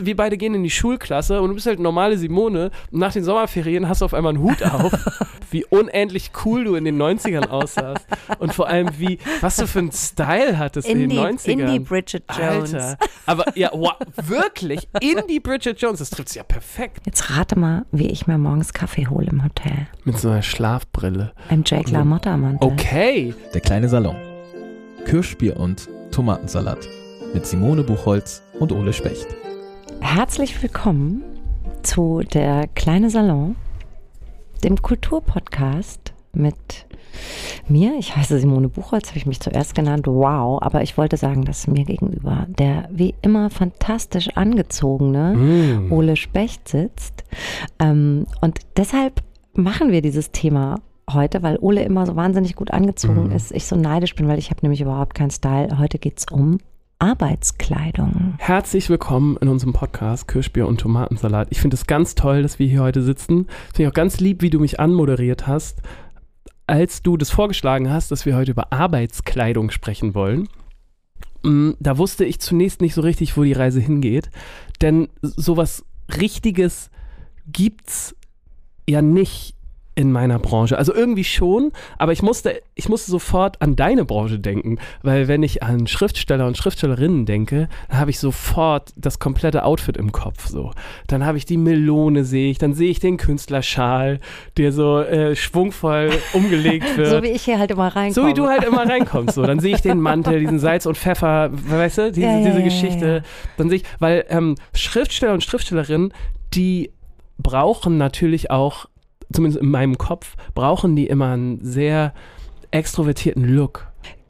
wir beide gehen in die Schulklasse und du bist halt normale Simone und nach den Sommerferien hast du auf einmal einen Hut auf. Wie unendlich cool du in den 90ern aussahst und vor allem was du für einen Style hattest in den 90ern. In die Bridget Jones. Alter, aber ja, wow, wirklich, in die Bridget Jones, das trifft ja perfekt. Jetzt rate mal, wie ich mir morgens Kaffee hole im Hotel. Mit so einer Schlafbrille. Im Jake LaMotta-Mantel. Okay. Der kleine Salon. Kirschbier und Tomatensalat. Mit Simone Buchholz und Ole Specht. Herzlich willkommen zu Der kleine Salon, dem Kulturpodcast mit mir. Ich heiße Simone Buchholz, habe ich mich zuerst genannt. Wow, aber ich wollte sagen, dass mir gegenüber der wie immer fantastisch angezogene Ole Specht sitzt. Und deshalb machen wir dieses Thema heute, weil Ole immer so wahnsinnig gut angezogen ist. Ich so neidisch bin, weil ich habe nämlich überhaupt keinen Style. Heute geht's um Arbeitskleidung. Herzlich willkommen in unserem Podcast Kirschbier und Tomatensalat. Ich finde es ganz toll, dass wir hier heute sitzen. Finde ich auch ganz lieb, wie du mich anmoderiert hast, als du das vorgeschlagen hast, dass wir heute über Arbeitskleidung sprechen wollen. Da wusste ich zunächst nicht so richtig, wo die Reise hingeht, denn sowas Richtiges gibt's ja nicht in meiner Branche. Also irgendwie schon, aber ich musste sofort an deine Branche denken, weil wenn ich an Schriftsteller und Schriftstellerinnen denke, dann habe ich sofort das komplette Outfit im Kopf. So. Dann habe ich die Melone, dann sehe ich den Künstlerschal, der so schwungvoll umgelegt wird. So wie ich hier halt immer reinkomme. So wie du halt immer reinkommst. So. Dann sehe ich den Mantel, diesen Salz und Pfeffer, weißt du, diese Geschichte. Ja. Dann sehe ich, weil Schriftsteller und Schriftstellerinnen, die brauchen natürlich auch, zumindest in meinem Kopf, brauchen die immer einen sehr extrovertierten Look.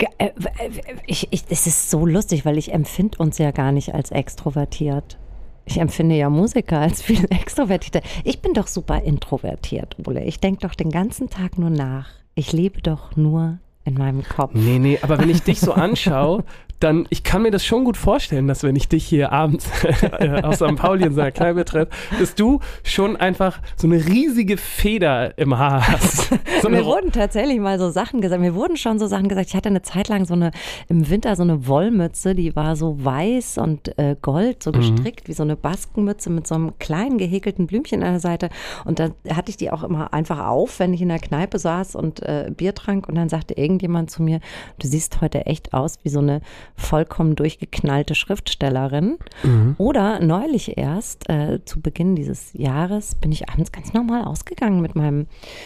Es ist so lustig, weil ich empfinde uns ja gar nicht als extrovertiert. Ich empfinde ja Musiker als viel extrovertierter. Ich bin doch super introvertiert, Ole. Ich denke doch den ganzen Tag nur nach. Ich lebe doch nur in meinem Kopf. Nee, aber wenn ich dich so anschaue, dann, ich kann mir das schon gut vorstellen, dass wenn ich dich hier abends aus St. Pauli in so einer Kneipe treffe, dass du schon einfach so eine riesige Feder im Haar hast. Mir wurden tatsächlich mal so Sachen gesagt, ich hatte eine Zeit lang im Winter so eine Wollmütze, die war so weiß und gold, so gestrickt, wie so eine Baskenmütze mit so einem kleinen gehäkelten Blümchen an der Seite, und da hatte ich die auch immer einfach auf, wenn ich in der Kneipe saß und Bier trank, und dann sagte irgendjemand zu mir, du siehst heute echt aus wie so eine vollkommen durchgeknallte Schriftstellerin. Oder neulich erst, zu Beginn dieses Jahres, bin ich abends ganz normal ausgegangen mit meinem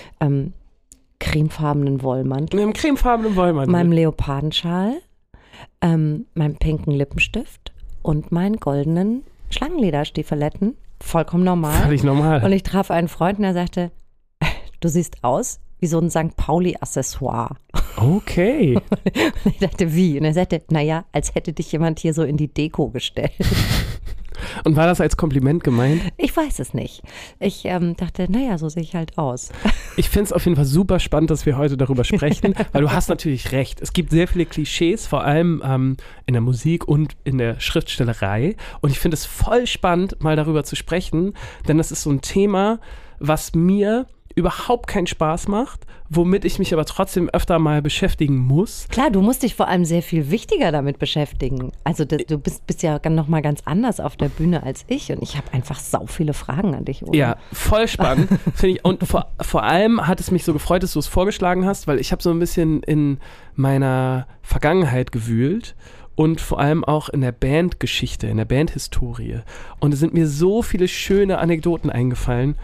cremefarbenen Wollmantel. Mit dem cremefarbenen Wollmantel. Meinem Leopardenschal, meinem pinken Lippenstift und meinen goldenen Schlangenlederstiefeletten. Vollkommen normal. Völlig normal. Und ich traf einen Freund und er sagte, du siehst aus wie so ein St. Pauli-Accessoire. Okay. Und ich dachte, wie? Und er sagte, naja, als hätte dich jemand hier so in die Deko gestellt. Und war das als Kompliment gemeint? Ich weiß es nicht. Ich dachte, naja, so sehe ich halt aus. Ich finde es auf jeden Fall super spannend, dass wir heute darüber sprechen, weil du hast natürlich recht. Es gibt sehr viele Klischees, vor allem in der Musik und in der Schriftstellerei. Und ich finde es voll spannend, mal darüber zu sprechen, denn das ist so ein Thema, was mir überhaupt keinen Spaß macht, womit ich mich aber trotzdem öfter mal beschäftigen muss. Klar, du musst dich vor allem sehr viel wichtiger damit beschäftigen. Also du bist ja noch mal ganz anders auf der Bühne als ich, und ich habe einfach sau viele Fragen an dich, oder? Ja, voll spannend, finde ich. Und vor allem hat es mich so gefreut, dass du es vorgeschlagen hast, weil ich habe so ein bisschen in meiner Vergangenheit gewühlt und vor allem auch in der Bandgeschichte, in der Bandhistorie. Und es sind mir so viele schöne Anekdoten eingefallen,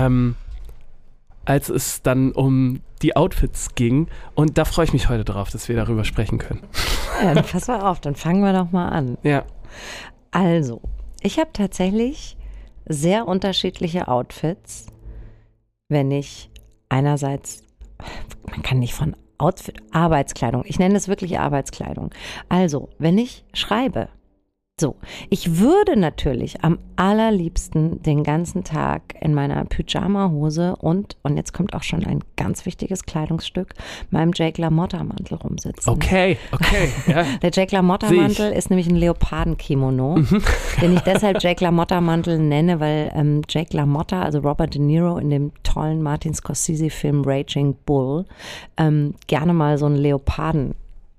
als es dann um die Outfits ging. Und da freue ich mich heute drauf, dass wir darüber sprechen können. Ja, dann pass mal auf, dann fangen wir doch mal an. Ja. Also, ich habe tatsächlich sehr unterschiedliche Outfits, wenn ich einerseits, man kann nicht von Outfit, Arbeitskleidung, ich nenne es wirklich Arbeitskleidung. Also, wenn ich schreibe, so, ich würde natürlich am allerliebsten den ganzen Tag in meiner Pyjama-Hose und jetzt kommt auch schon ein ganz wichtiges Kleidungsstück, meinem Jake LaMotta-Mantel rumsitzen. Okay. Ja. Der Jake LaMotta-Mantel ist nämlich ein Leoparden-Kimono, den ich deshalb Jake LaMotta-Mantel nenne, weil Jake LaMotta, also Robert De Niro in dem tollen Martin Scorsese-Film Raging Bull, gerne mal so einen Leoparden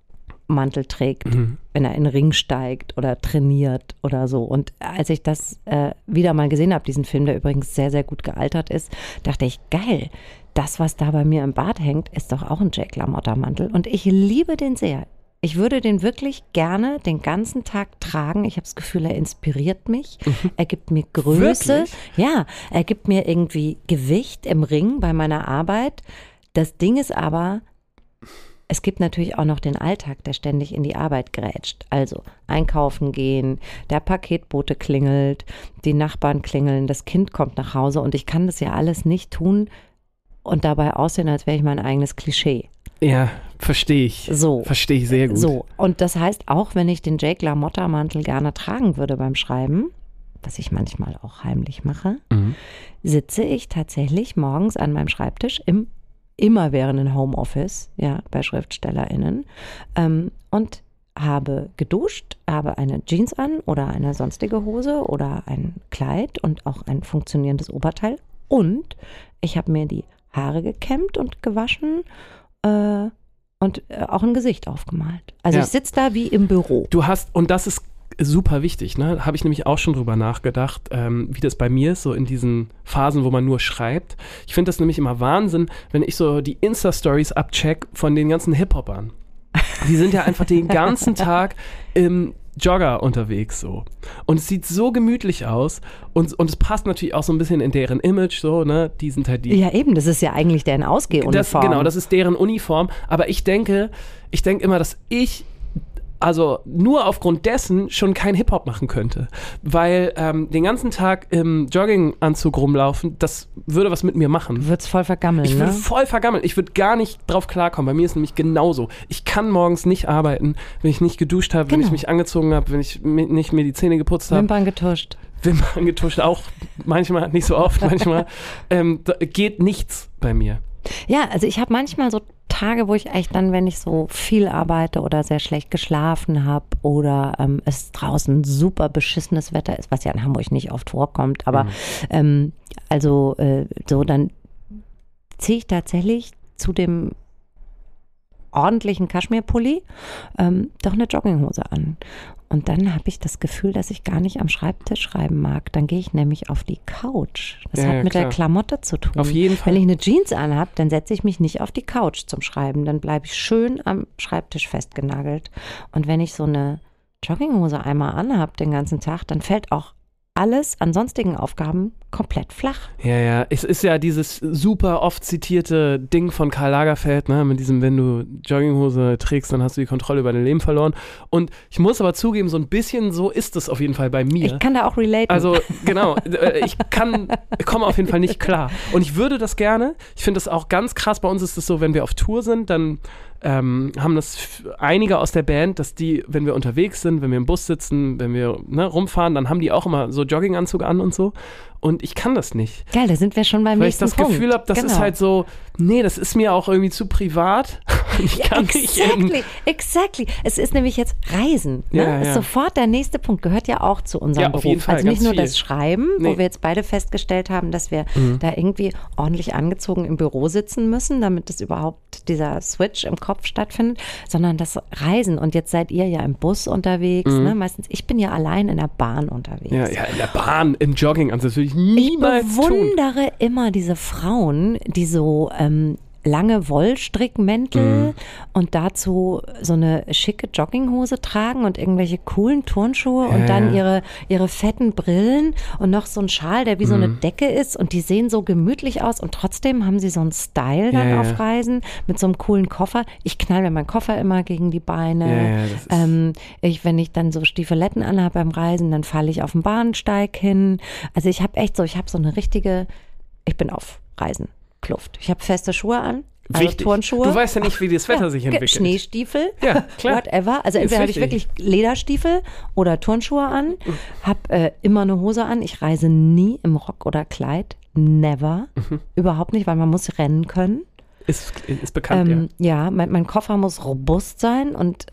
Mantel trägt, wenn er in den Ring steigt oder trainiert oder so. Und als ich das wieder mal gesehen habe, diesen Film, der übrigens sehr, sehr gut gealtert ist, dachte ich, geil, das, was da bei mir im Bad hängt, ist doch auch ein Jake LaMotta-Mantel. Und ich liebe den sehr. Ich würde den wirklich gerne den ganzen Tag tragen. Ich habe das Gefühl, er inspiriert mich. Er gibt mir Größe. Wirklich? Ja, er gibt mir irgendwie Gewicht im Ring bei meiner Arbeit. Das Ding ist aber, es gibt natürlich auch noch den Alltag, der ständig in die Arbeit grätscht. Also einkaufen gehen, der Paketbote klingelt, die Nachbarn klingeln, das Kind kommt nach Hause und ich kann das ja alles nicht tun und dabei aussehen, als wäre ich mein eigenes Klischee. Ja, verstehe ich. So. Verstehe ich sehr gut. So, und das heißt, auch wenn ich den Jake LaMotta-Mantel gerne tragen würde beim Schreiben, was ich manchmal auch heimlich mache, sitze ich tatsächlich morgens an meinem Schreibtisch im immerwährenden Homeoffice, ja, bei SchriftstellerInnen, und habe geduscht, habe eine Jeans an oder eine sonstige Hose oder ein Kleid und auch ein funktionierendes Oberteil und ich habe mir die Haare gekämmt und gewaschen und auch ein Gesicht aufgemalt. Also ja. Ich sitze da wie im Büro. Du hast, und das ist super wichtig, ne? Habe ich nämlich auch schon drüber nachgedacht, wie das bei mir ist, so in diesen Phasen, wo man nur schreibt. Ich finde das nämlich immer Wahnsinn, wenn ich so die Insta-Stories abcheck von den ganzen Hip-Hopern. Die sind ja einfach den ganzen Tag im Jogger unterwegs so. Und es sieht so gemütlich aus und es passt natürlich auch so ein bisschen in deren Image so, ne? Die sind halt die... Ja eben, das ist ja eigentlich deren Ausgehuniform. Genau, das ist deren Uniform. Aber ich denke immer, dass ich also nur aufgrund dessen schon kein Hip-Hop machen könnte. Weil den ganzen Tag im Jogginganzug rumlaufen, das würde was mit mir machen. Du würdest voll vergammeln, Ich würde voll vergammeln. Ich würde gar nicht drauf klarkommen. Bei mir ist nämlich genauso. Ich kann morgens nicht arbeiten, wenn ich nicht geduscht habe, wenn ich mich angezogen habe, wenn ich nicht mir die Zähne geputzt habe. Wimpern getuscht. Wimpern getuscht, auch manchmal, nicht so oft, manchmal. Da geht nichts bei mir. Ja, also ich habe manchmal so Tage, wo ich echt dann, wenn ich so viel arbeite oder sehr schlecht geschlafen habe oder es draußen super beschissenes Wetter ist, was ja in Hamburg nicht oft vorkommt, aber so dann ziehe ich tatsächlich zu dem ordentlichen Kaschmirpulli doch eine Jogginghose an. Und dann habe ich das Gefühl, dass ich gar nicht am Schreibtisch schreiben mag. Dann gehe ich nämlich auf die Couch. Das hat mit der Klamotte zu tun. Auf jeden Fall. Wenn ich eine Jeans anhabe, dann setze ich mich nicht auf die Couch zum Schreiben. Dann bleibe ich schön am Schreibtisch festgenagelt. Und wenn ich so eine Jogginghose einmal anhabe den ganzen Tag, dann fällt auch alles an sonstigen Aufgaben komplett flach. Ja, es ist ja dieses super oft zitierte Ding von Karl Lagerfeld, ne, mit diesem, wenn du Jogginghose trägst, dann hast du die Kontrolle über dein Leben verloren. Und ich muss aber zugeben, so ein bisschen so ist es auf jeden Fall bei mir. Ich kann da auch relaten. Also genau, ich komme auf jeden Fall nicht klar. Und ich würde das gerne, ich finde das auch ganz krass, bei uns ist es so, wenn wir auf Tour sind, dann haben das einige aus der Band, dass die, wenn wir unterwegs sind, wenn wir im Bus sitzen, wenn wir rumfahren, dann haben die auch immer so Jogginganzug an und so. Und ich kann das nicht. Geil, da sind wir schon beim nächsten Punkt. Weil ich das Gefühl habe, das ist halt so, nee, das ist mir auch irgendwie zu privat. Ich kann Exactly. Es ist nämlich jetzt Reisen. Ne? Ja. Ist sofort der nächste Punkt, gehört ja auch zu unserem Beruf. Auf jeden Fall, also nicht nur viel. das Schreiben, wo wir jetzt beide festgestellt haben, dass wir da irgendwie ordentlich angezogen im Büro sitzen müssen, damit das überhaupt dieser Switch im Kopf stattfindet, sondern das Reisen. Und jetzt seid ihr ja im Bus unterwegs. Ne? Meistens, ich bin ja allein in der Bahn unterwegs. Ja, in der Bahn, im Jogginganzug, das würde ich niemals Ich bewundere immer diese Frauen, die so lange Wollstrickmäntel und dazu so eine schicke Jogginghose tragen und irgendwelche coolen Turnschuhe und dann ihre fetten Brillen und noch so ein Schal, der wie so eine Decke ist und die sehen so gemütlich aus und trotzdem haben sie so einen Style dann auf Reisen mit so einem coolen Koffer. Ich knall mir meinen Koffer immer gegen die Beine. Wenn ich dann so Stiefeletten anhabe beim Reisen, dann falle ich auf den Bahnsteig hin. Also ich habe so eine richtige, ich bin auf Reisen. Kluft. Ich habe feste Schuhe an, also Turnschuhe. Du weißt ja nicht, wie das Wetter sich entwickelt. Schneestiefel, ja, klar. Whatever. Also entweder habe ich wirklich Lederstiefel oder Turnschuhe an, habe immer eine Hose an. Ich reise nie im Rock oder Kleid. Never. Überhaupt nicht, weil man muss rennen können. Ist bekannt, ja. Mein Koffer muss robust sein und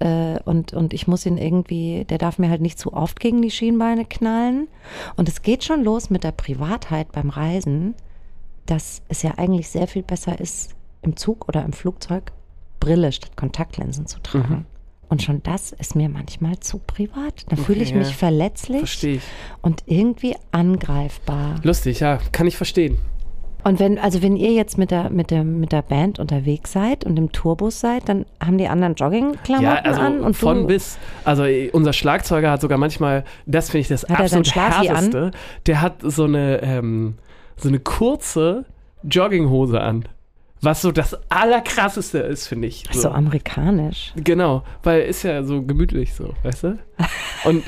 ich muss ihn irgendwie, der darf mir halt nicht zu oft gegen die Schienbeine knallen. Und es geht schon los mit der Privatheit beim Reisen, dass es ja eigentlich sehr viel besser ist, im Zug oder im Flugzeug Brille statt Kontaktlinsen zu tragen. Und schon das ist mir manchmal zu privat. Da Okay, fühle ich mich verletzlich Verstehe ich. und irgendwie angreifbar. Lustig, ja, kann ich verstehen. Und wenn ihr jetzt mit der Band unterwegs seid und im Tourbus seid, dann haben die anderen Joggingklamotten Ja, also an und von du, bis. Also unser Schlagzeuger hat sogar manchmal, das finde ich das Hat er sein absolut Schlafi härteste, der hat so eine kurze Jogginghose an. Was so das Allerkrasseste ist, finde ich. so amerikanisch. Genau, weil ist ja so gemütlich so, weißt du? Und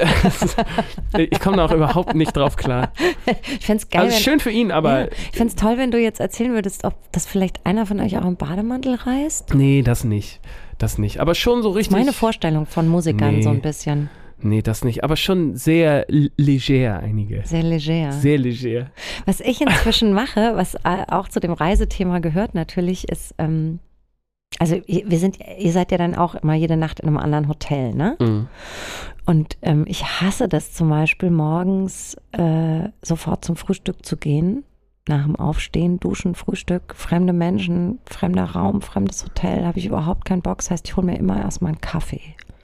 ich komme da auch überhaupt nicht drauf klar. Ich fände es geil, Also schön für ihn, aber... ja, ich fände es toll, wenn du jetzt erzählen würdest, ob das vielleicht einer von euch auch im Bademantel reist. Nee, das nicht. Das nicht. Aber schon so Das richtig... ist meine Vorstellung von Musikern Nee. so ein bisschen. Nee, das nicht. Aber schon sehr leger einige. Sehr leger. Sehr leger. Was ich inzwischen mache, was auch zu dem Reisethema gehört natürlich, ist, also ihr seid ja dann auch immer jede Nacht in einem anderen Hotel, ne? Mhm. Und ich hasse das zum Beispiel morgens sofort zum Frühstück zu gehen, nach dem Aufstehen, Duschen, Frühstück, fremde Menschen, fremder Raum, fremdes Hotel, habe ich überhaupt keinen Bock. Das heißt, ich hole mir immer erstmal einen Kaffee.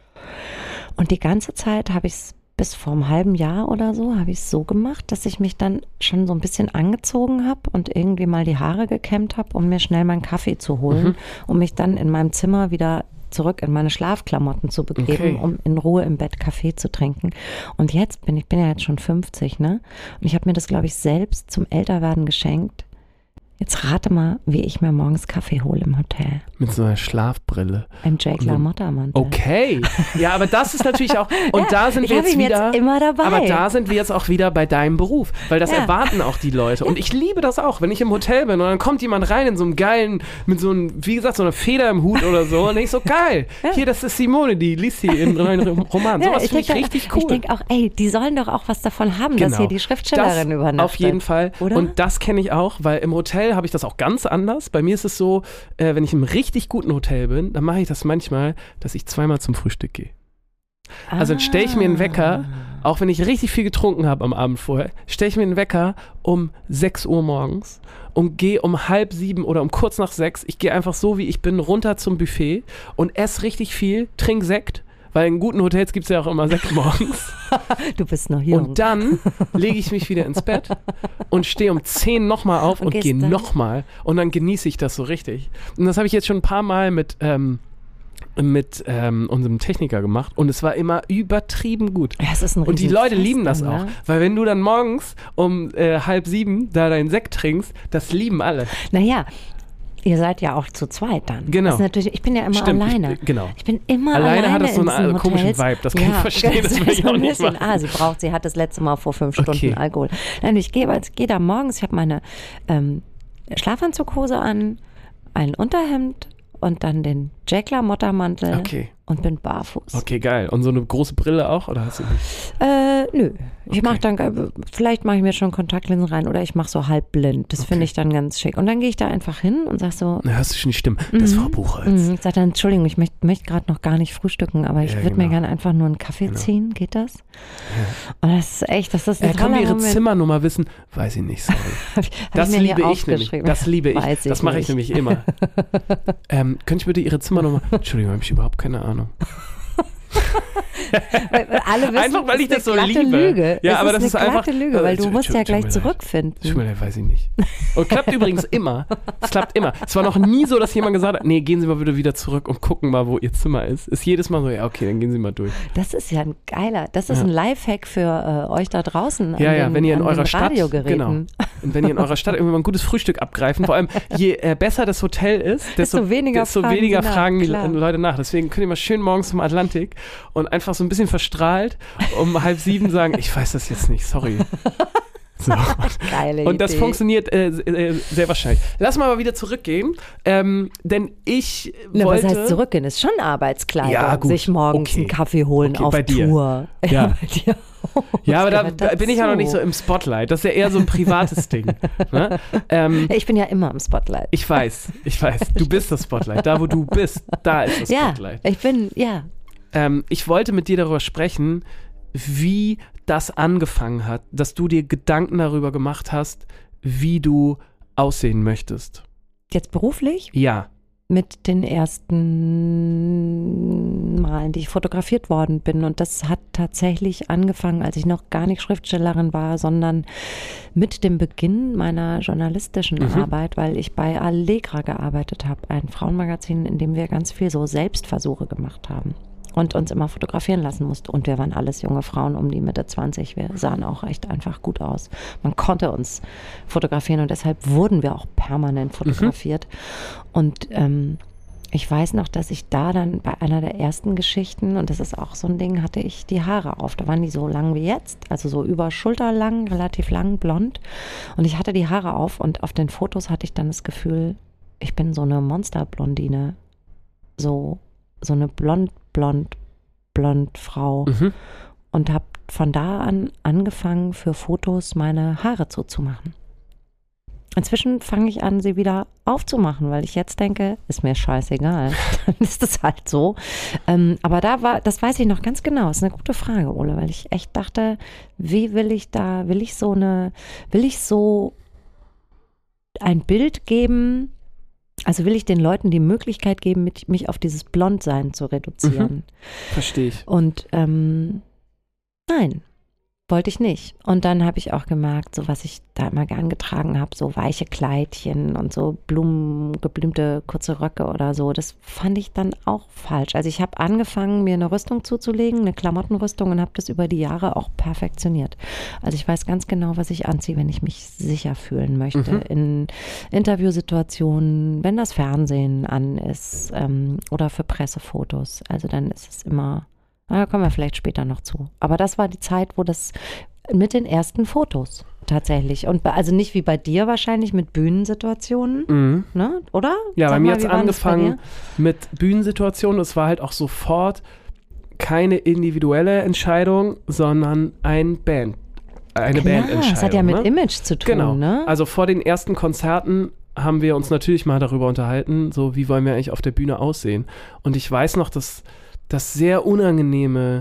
Und die ganze Zeit habe ich es bis vor einem halben Jahr oder so, habe ich es so gemacht, dass ich mich dann schon so ein bisschen angezogen habe und irgendwie mal die Haare gekämmt habe, um mir schnell meinen Kaffee zu holen, um mich dann in meinem Zimmer wieder zurück in meine Schlafklamotten zu begeben, um in Ruhe im Bett Kaffee zu trinken. Und jetzt ich bin ja jetzt schon 50, ne? Und ich habe mir das, glaube ich, selbst zum Älterwerden geschenkt. Jetzt rate mal, wie ich mir morgens Kaffee hole im Hotel. Mit so einer Schlafbrille. Im Jake LaMotta-Mantel. Okay. Ja, aber das ist natürlich auch, und Ja, da sind ich wir habe jetzt ihn wieder, jetzt immer dabei. aber da sind wir jetzt auch wieder bei deinem Beruf, weil das Ja. erwarten auch die Leute. Und ich liebe das auch, wenn ich im Hotel bin und dann kommt jemand rein in so einem geilen, mit so einem, wie gesagt, so einer Feder im Hut oder so und ich so, geil, hier, das ist Simone, die liest hier in neuen Roman. Ja, Sowas finde ich richtig cool. Ich denke auch, ey, die sollen doch auch was davon haben, dass hier die Schriftstellerin das übernachtet. Auf jeden Fall. Oder? Und das kenne ich auch, weil im Hotel habe ich das auch ganz anders. Bei mir ist es so, wenn ich im richtig guten Hotel bin, dann mache ich das manchmal, dass ich zweimal zum Frühstück gehe. Also dann stelle ich mir einen Wecker, auch wenn ich richtig viel getrunken habe am Abend vorher, stelle ich mir einen Wecker um 6 Uhr morgens und gehe um 6:30 oder um kurz nach 6. Ich gehe einfach so, wie ich bin, runter zum Buffet und esse richtig viel, trinke Sekt, weil in guten Hotels gibt es ja auch immer Sekt morgens. Du bist noch jung. Und dann lege ich mich wieder ins Bett und stehe um 10 nochmal auf und gehst gehe dann? nochmal. Und dann genieße ich das so richtig. Und das habe ich jetzt schon ein paar Mal mit unserem Techniker gemacht und es war immer übertrieben gut. Ja, es ist ein Und die Leute Riesenfest lieben das dann, auch, ne? weil wenn du dann morgens um 6:30 da deinen Sekt trinkst, das lieben alle. Naja, ihr seid ja auch zu zweit dann. Genau. Das ist natürlich, ich bin ja immer Stimmt, alleine. genau. Ich bin immer Alleine hat das so in einen diesen komischen Hotels. Vibe, das kann ich verstehen, das will ich so auch ein nicht bisschen. machen. Sie hat das letzte Mal vor 5 Stunden Okay. Alkohol. Nein, ich gehe da morgens, ich habe meine Schlafanzughose an, ein Unterhemd und dann den Jake LaMotta-Mantel Okay. und bin barfuß. Okay, geil. Und so eine große Brille auch, oder hast du nicht? Nö. Ich mache dann, vielleicht mache ich mir schon Kontaktlinsen rein oder ich mache so halb blind. Das finde ich dann ganz schick. Und dann gehe ich da einfach hin und sage so, Da hörst du schon die Stimme. Das ist Frau Buchholz. ich sage dann, Entschuldigung, ich möchte gerade noch gar nicht frühstücken, aber ich Ja, würde mir genau. gerne einfach nur einen Kaffee ziehen. Geht das? Und das ist echt, das ist ein Können wir toller Ihre Moment. Zimmernummer wissen? Weiß ich nicht, sorry. Hab Das mir hier liebe ich nämlich. aufgeschrieben. Das liebe ich. Weiß Das mache ich nicht. nämlich immer. Könnte ich bitte Ihre Zimmernummer? Entschuldigung, habe ich überhaupt keine Ahnung. Weil alle wissen, Einfach, weil es ich das ist eine so glatte liebe. Lüge. Ja, es aber ist das eine ist einfach- glatte Lüge, weil du musst ja tut mir gleich leid. zurückfinden. Tut mir leid, weiß ich nicht. Und klappt übrigens immer. Es klappt immer. Es war noch nie so, dass jemand gesagt hat, nee, gehen Sie mal bitte wieder zurück und gucken mal, wo Ihr Zimmer ist. Ist jedes Mal so, ja, okay, dann gehen Sie mal durch. Das ist ja ein geiler, das ist ein Lifehack für euch da draußen an Ja, ja, den, wenn ihr in an den eurer Stadt, Radiogeräten. genau. Und wenn ihr in eurer Stadt irgendwann mal ein gutes Frühstück abgreifen, vor allem je besser das Hotel ist, desto weniger fragen die klar. Leute nach. Deswegen könnt ihr mal schön morgens zum Atlantik und einfach so ein bisschen verstrahlt um 6:30 sagen, ich weiß das jetzt nicht, sorry. So. Geile Und das Idee. funktioniert sehr wahrscheinlich. Lass mal aber wieder zurückgehen, denn ich Na, wollte... was heißt zurückgehen? Ist schon Arbeitskleidung. Ja, gut. Sich morgens Okay. einen Kaffee holen Okay, auf bei dir. Tour. Ja. Bei dir. Ja, aber Das da gehört bin ich ja noch nicht so dazu. im Spotlight. Das ist ja eher so ein privates Ding. Ne? Ich bin ja immer im Spotlight. Ich weiß. Du bist das Spotlight. Da, wo du bist, da ist das Ja, Spotlight. ich bin, ja. Ich wollte mit dir darüber sprechen, wie das angefangen hat, dass du dir Gedanken darüber gemacht hast, wie du aussehen möchtest. Jetzt beruflich? Ja. mit den ersten Malen, die ich fotografiert worden bin. Und das hat tatsächlich angefangen, als ich noch gar nicht Schriftstellerin war, sondern mit dem Beginn meiner journalistischen Arbeit, weil ich bei Allegra gearbeitet habe, ein Frauenmagazin, in dem wir ganz viel so Selbstversuche gemacht haben und uns immer fotografieren lassen mussten. Und wir waren alles junge Frauen um die Mitte 20. Wir sahen auch echt einfach gut aus. Man konnte uns fotografieren und deshalb wurden wir auch permanent fotografiert. Und ich weiß noch, dass ich da dann bei einer der ersten Geschichten, und das ist auch so ein Ding, hatte ich die Haare auf. Da waren die so lang wie jetzt, also so über Schulter lang, relativ lang, blond. Und ich hatte die Haare auf und auf den Fotos hatte ich dann das Gefühl, ich bin so eine Monsterblondine. So eine blond Frau. Und habe von da an angefangen, für Fotos meine Haare zuzumachen. Inzwischen fange ich an, sie wieder aufzumachen, weil ich jetzt denke, ist mir scheißegal. Dann ist es halt so. Aber das weiß ich noch ganz genau. Das ist eine gute Frage, Ole, weil ich echt dachte, will ich so ein Bild geben, also will ich den Leuten die Möglichkeit geben, mich auf dieses Blondsein zu reduzieren. Verstehe ich. Und nein, wollte ich nicht. Und dann habe ich auch gemerkt, so was ich da immer gern getragen habe, so weiche Kleidchen und so geblümte kurze Röcke oder so, das fand ich dann auch falsch. Also ich habe angefangen, mir eine Rüstung zuzulegen, eine Klamottenrüstung, und habe das über die Jahre auch perfektioniert. Also ich weiß ganz genau, was ich anziehe, wenn ich mich sicher fühlen möchte. In Interviewsituationen, wenn das Fernsehen an ist oder für Pressefotos. Also dann ist es immer... Da kommen wir vielleicht später noch zu. Aber das war die Zeit, wo das mit den ersten Fotos tatsächlich. Und also nicht wie bei dir wahrscheinlich mit Bühnensituationen, ne? Oder? Ja, bei mir hat es wie war das bei angefangen dir? mit Bühnensituationen. Es war halt auch sofort keine individuelle Entscheidung, sondern eine Bandentscheidung. Das hat ja mit ne? Image zu tun, Genau. ne? Also vor den ersten Konzerten haben wir uns natürlich mal darüber unterhalten, so wie wollen wir eigentlich auf der Bühne aussehen. Und ich weiß noch, dass das sehr unangenehme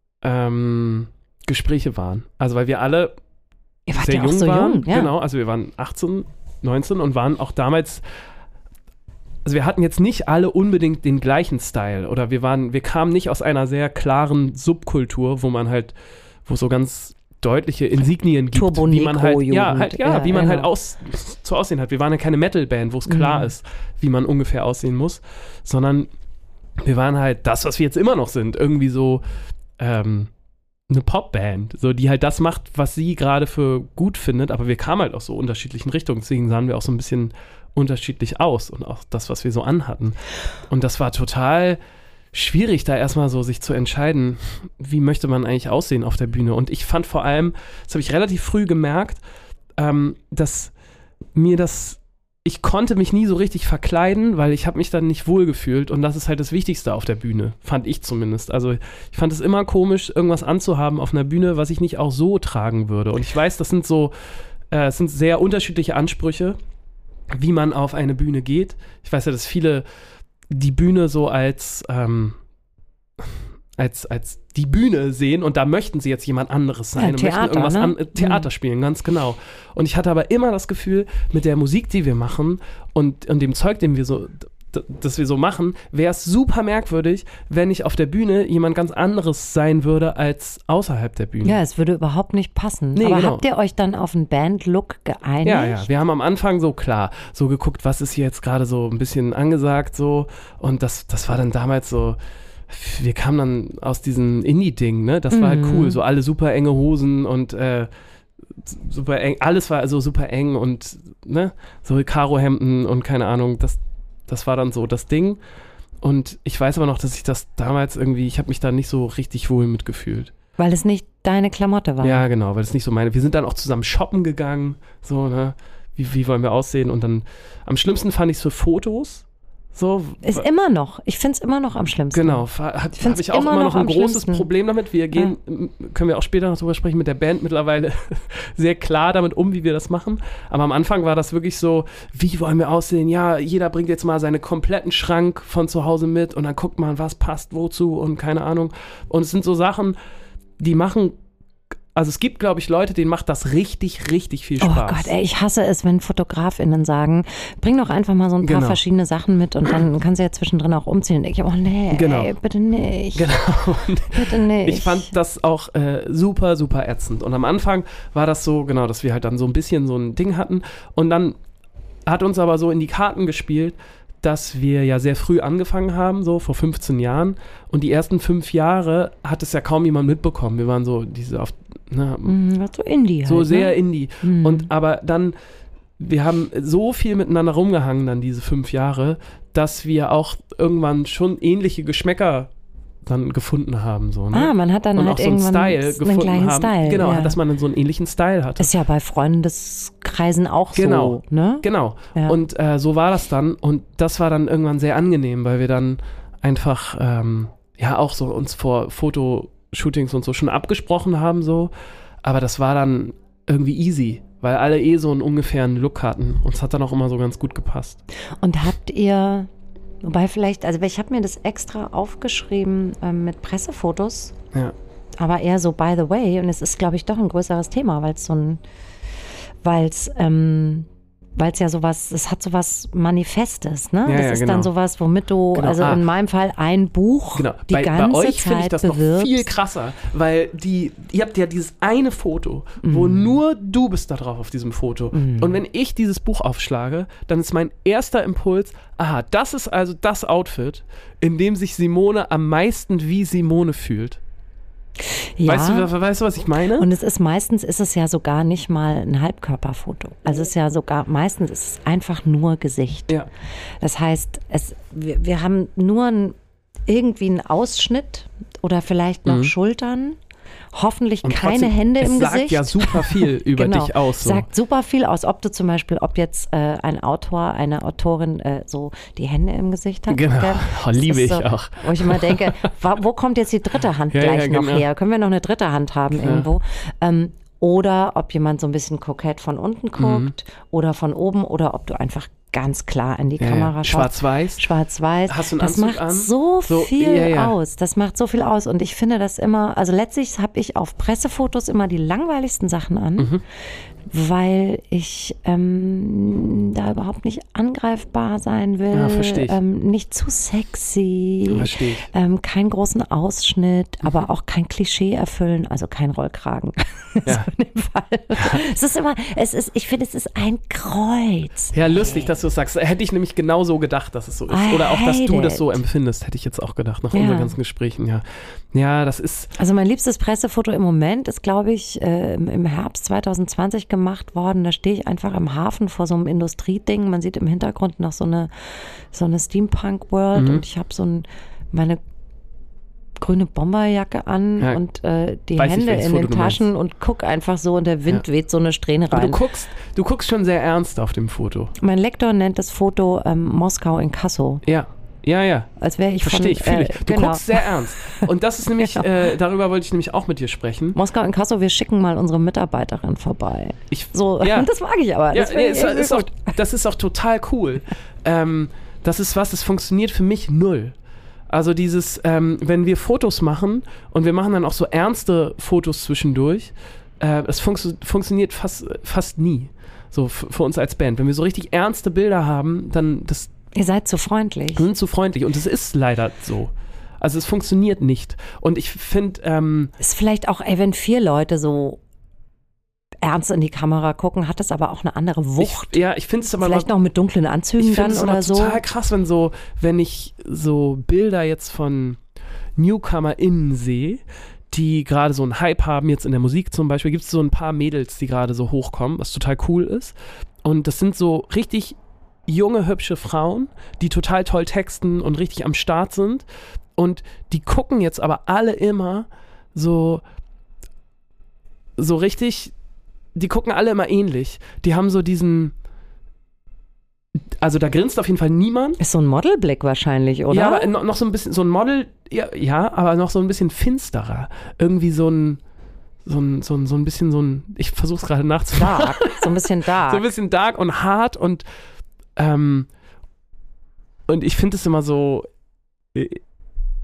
Gespräche waren. Also weil wir alle Ihr wart sehr ja auch jung so waren. jung, ja. Genau, also wir waren 18, 19 und waren auch damals, also wir hatten jetzt nicht alle unbedingt den gleichen Style oder wir kamen nicht aus einer sehr klaren Subkultur, wo so ganz deutliche Insignien gibt, wie man halt, wie man halt zu aussehen hat. Wir waren ja keine Metal-Band, wo es klar ist, wie man ungefähr aussehen muss, sondern wir waren halt das, was wir jetzt immer noch sind, irgendwie so eine Popband, so die halt das macht, was sie gerade für gut findet, aber wir kamen halt aus so unterschiedlichen Richtungen, deswegen sahen wir auch so ein bisschen unterschiedlich aus und auch das, was wir so anhatten. Und das war total schwierig, da erstmal so sich zu entscheiden, wie möchte man eigentlich aussehen auf der Bühne. Und ich fand vor allem, das habe ich relativ früh gemerkt, dass ich konnte mich nie so richtig verkleiden, weil ich habe mich dann nicht wohlgefühlt und das ist halt das Wichtigste auf der Bühne, fand ich zumindest. Also ich fand es immer komisch, irgendwas anzuhaben auf einer Bühne, was ich nicht auch so tragen würde. Und ich weiß, das sind es sind sehr unterschiedliche Ansprüche, wie man auf eine Bühne geht. Ich weiß ja, dass viele die Bühne so als die Bühne sehen und da möchten sie jetzt jemand anderes sein und Theater, möchten irgendwas Theater spielen, ganz genau. Und ich hatte aber immer das Gefühl, mit der Musik, die wir machen und dem Zeug, das wir so machen, wäre es super merkwürdig, wenn ich auf der Bühne jemand ganz anderes sein würde als außerhalb der Bühne. Ja, es würde überhaupt nicht passen. Nee, aber genau. habt ihr euch dann auf einen Bandlook geeinigt? Ja, wir haben am Anfang so geguckt, was ist hier jetzt gerade so ein bisschen angesagt so und das war dann damals so, wir kamen dann aus diesem Indie-Ding, ne, das war halt cool, so alle super enge Hosen und super eng, alles war also super eng und ne, so Karohemden und keine Ahnung, das war dann so das Ding und ich weiß aber noch, dass ich das damals irgendwie, ich habe mich da nicht so richtig wohl mitgefühlt. Weil es nicht deine Klamotte war. Ja, genau, weil es nicht so wir sind dann auch zusammen shoppen gegangen, so, ne, wie wollen wir aussehen und dann, am schlimmsten fand ich es für Fotos, so. Ist immer noch, ich finde es immer noch am schlimmsten. Genau, habe ich auch immer noch ein großes Problem damit. Wir gehen, können wir auch später noch drüber sprechen, mit der Band mittlerweile sehr klar damit um, wie wir das machen. Aber am Anfang war das wirklich so, wie wollen wir aussehen? Ja, jeder bringt jetzt mal seinen kompletten Schrank von zu Hause mit und dann guckt man, was passt wozu und keine Ahnung. Und es sind so Sachen, die machen Also es gibt, glaube ich, Leute, denen macht das richtig, richtig viel Spaß. Oh Gott, ey, ich hasse es, wenn FotografInnen sagen, bring doch einfach mal so ein paar verschiedene Sachen mit und dann kannst du ja zwischendrin auch umziehen. Und ich, oh nee, ey, bitte nicht. Genau. Bitte nicht. Ich fand das auch super, super ätzend. Und am Anfang war das so, genau, dass wir halt dann so ein bisschen so ein Ding hatten. Und dann hat uns aber so in die Karten gespielt, dass wir ja sehr früh angefangen haben, so vor 15 Jahren. Und die ersten 5 Jahre hat es ja kaum jemand mitbekommen. Wir waren so so Indie so halt, sehr ne? Indie. Und aber dann, wir haben so viel miteinander rumgehangen dann diese 5 Jahre, dass wir auch irgendwann schon ähnliche Geschmäcker dann gefunden haben. So, ne? Man hat dann und halt auch so einen irgendwann Style gefunden gleichen haben. Style. Genau, ja. dass man dann so einen ähnlichen Style hatte. Ist ja bei Freundeskreisen auch so, ne? Genau. Ja. Und so war das dann. Und das war dann irgendwann sehr angenehm, weil wir dann einfach auch so uns vor Fotoshootings und so schon abgesprochen haben so. Aber das war dann irgendwie easy, weil alle so einen ungefähren Look hatten. Und es hat dann auch immer so ganz gut gepasst. Und habt ihr, wobei vielleicht, also ich habe mir das extra aufgeschrieben mit Pressefotos, aber eher so by the way, und es ist, glaube ich, doch ein größeres Thema, weil es ja sowas, es hat sowas Manifestes, ne? Ja, das ist dann sowas, womit du, also in meinem Fall ein Buch die ganze bei euch finde ich Zeit das bewirbst. noch viel krasser, weil ihr habt ja dieses eine Foto, wo nur du bist da drauf auf diesem Foto. Und wenn ich dieses Buch aufschlage, dann ist mein erster Impuls, aha, das ist also das Outfit, in dem sich Simone am meisten wie Simone fühlt. Ja. Weißt du, was ich meine? Und meistens ist es ja sogar nicht mal ein Halbkörperfoto. Also es ist ja sogar, meistens ist es einfach nur Gesicht. Ja. Das heißt, wir haben nur irgendwie einen Ausschnitt oder vielleicht noch Schultern. Hoffentlich und keine trotzdem, Hände im Gesicht. Es sagt ja super viel über dich aus. So. Sagt super viel aus, ob jetzt ein Autor, eine Autorin so die Hände im Gesicht hat. Genau, liebe ich so, auch. Wo ich immer denke, wo kommt jetzt die dritte Hand gleich noch her? Können wir noch eine dritte Hand haben irgendwo? Oder ob jemand so ein bisschen kokett von unten guckt oder von oben oder ob du einfach ganz klar in die Kamera schaust. Schwarz-Weiß. Schwarz-Weiß. Hast du einen das Anzug macht an? so viel Ja. aus. Das macht so viel aus. Und ich finde das immer, also letztlich habe ich auf Pressefotos immer die langweiligsten Sachen an, weil ich da überhaupt nicht angreifbar sein will. Ja, verstehe ich. Nicht zu sexy. Verstehe ich. Keinen großen Ausschnitt, aber auch kein Klischee erfüllen, also kein Rollkragen. Ja. So in dem Fall. Ich finde, es ist ein Kreuz. Ja, lustig, dass du es sagst. Hätte ich nämlich genau so gedacht, dass es so ist. Oder auch, dass du das so empfindest, hätte ich jetzt auch gedacht, nach unseren ganzen Gesprächen, ja. Ja, das ist... Also mein liebstes Pressefoto im Moment ist, glaube ich, im Herbst 2020 gemacht worden. Da stehe ich einfach im Hafen vor so einem Industrieding. Man sieht im Hintergrund noch so eine Steampunk-World und ich habe meine grüne Bomberjacke an und die Hände in den Taschen und guck einfach so und der Wind weht so eine Strähne rein. Aber du guckst schon sehr ernst auf dem Foto. Mein Lektor nennt das Foto Moskau in Kasso. Ja. Als wäre ich Verstehe ich, fühle ich. Du genau. guckst sehr ernst. Und das ist nämlich, darüber wollte ich nämlich auch mit dir sprechen. Moskau in Kasso, wir schicken mal unsere Mitarbeiterin vorbei. Das mag ich aber. Ja, das ist auch total cool. Das ist das funktioniert für mich null. Also dieses, wenn wir Fotos machen und wir machen dann auch so ernste Fotos zwischendurch, das funktioniert fast nie. So für uns als Band. Wenn wir so richtig ernste Bilder haben, dann ihr seid zu freundlich. Wir sind zu freundlich und es ist leider so. Also es funktioniert nicht. Und ich finde... ist vielleicht auch, wenn 4 Leute so ernst in die Kamera gucken, hat es aber auch eine andere Wucht. Ich finde es aber vielleicht noch mit dunklen Anzügen dann oder so. Ich finde es total krass, wenn ich so Bilder jetzt von NewcomerInnen sehe, die gerade so einen Hype haben, jetzt in der Musik zum Beispiel, gibt es so ein paar Mädels, die gerade so hochkommen, was total cool ist. Und das sind so richtig junge, hübsche Frauen, die total toll texten und richtig am Start sind. Und die gucken jetzt aber alle immer so richtig, die gucken alle immer ähnlich. Die haben so diesen, also da grinst auf jeden Fall niemand. Ist so ein Modelblick wahrscheinlich, oder? Ja, aber noch so ein bisschen, so ein Model, ja, aber noch so ein bisschen finsterer. Irgendwie so ein bisschen ich versuch's gerade nachzumachen. Dark, so ein bisschen dark. So ein bisschen dark und hart und ich finde es immer so,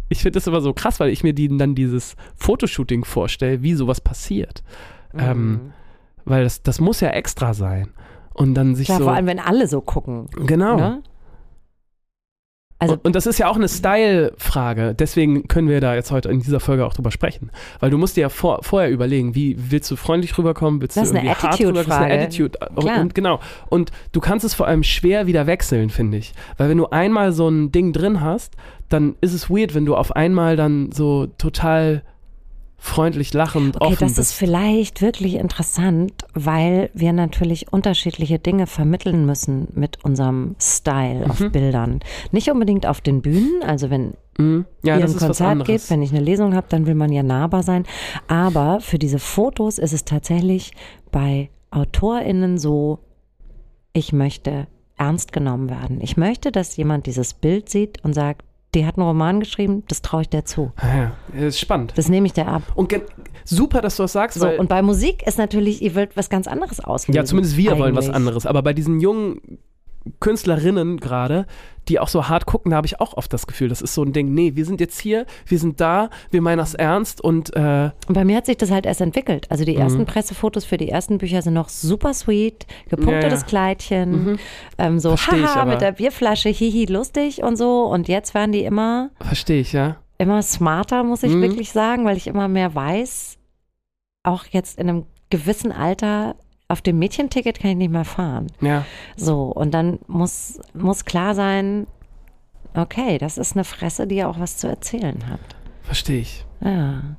ich finde das immer so krass, weil ich mir dann dieses Fotoshooting vorstelle, wie sowas passiert. Weil das muss ja extra sein. Und dann sich Klar, so... vor allem, wenn alle so gucken. Genau. Ne? Also, und das ist ja auch eine Style-Frage. Deswegen können wir da jetzt heute in dieser Folge auch drüber sprechen. Weil du musst dir ja vorher überlegen, wie willst du freundlich rüberkommen? Willst das du ist eine irgendwie hart rüberkommen? Das ist eine Attitude. Klar. Und genau. Und du kannst es vor allem schwer wieder wechseln, finde ich. Weil wenn du einmal so ein Ding drin hast, dann ist es weird, wenn du auf einmal dann so total freundlich, lachend, offen okay, das bist. ist vielleicht wirklich interessant, weil wir natürlich unterschiedliche Dinge vermitteln müssen mit unserem Style auf Bildern. Nicht unbedingt auf den Bühnen, also wenn Ja, ihr das ein ist was Konzert anderes. geht, wenn ich eine Lesung habe, dann will man ja nahbar sein. Aber für diese Fotos ist es tatsächlich bei AutorInnen so, ich möchte ernst genommen werden. Ich möchte, dass jemand dieses Bild sieht und sagt, die hat einen Roman geschrieben, das traue ich der zu. Ja, das ist spannend. Das nehme ich der ab. Und super, dass du das sagst, So, weil... und bei Musik ist natürlich, ihr wollt was ganz anderes auslösen. Ja, zumindest wir wollen was eigentlich. anderes. Aber bei diesen jungen Künstlerinnen gerade, die auch so hart gucken, da habe ich auch oft das Gefühl, das ist so ein Ding, nee, wir sind jetzt hier, wir sind da, wir meinen das ernst und Und bei mir hat sich das halt erst entwickelt. Also die ersten Pressefotos für die ersten Bücher sind noch super sweet, gepunktetes Kleidchen, so Versteh ich haha, aber. mit der Bierflasche, hihi, lustig und so. Und jetzt werden die immer verstehe ich, ja. smarter, muss ich wirklich sagen, weil ich immer mehr weiß, auch jetzt in einem gewissen Alter, auf dem Mädchenticket kann ich nicht mehr fahren. Ja, So, und dann muss klar sein, okay, das ist eine Fresse, die ja auch was zu erzählen hat. verstehe ich. Ja.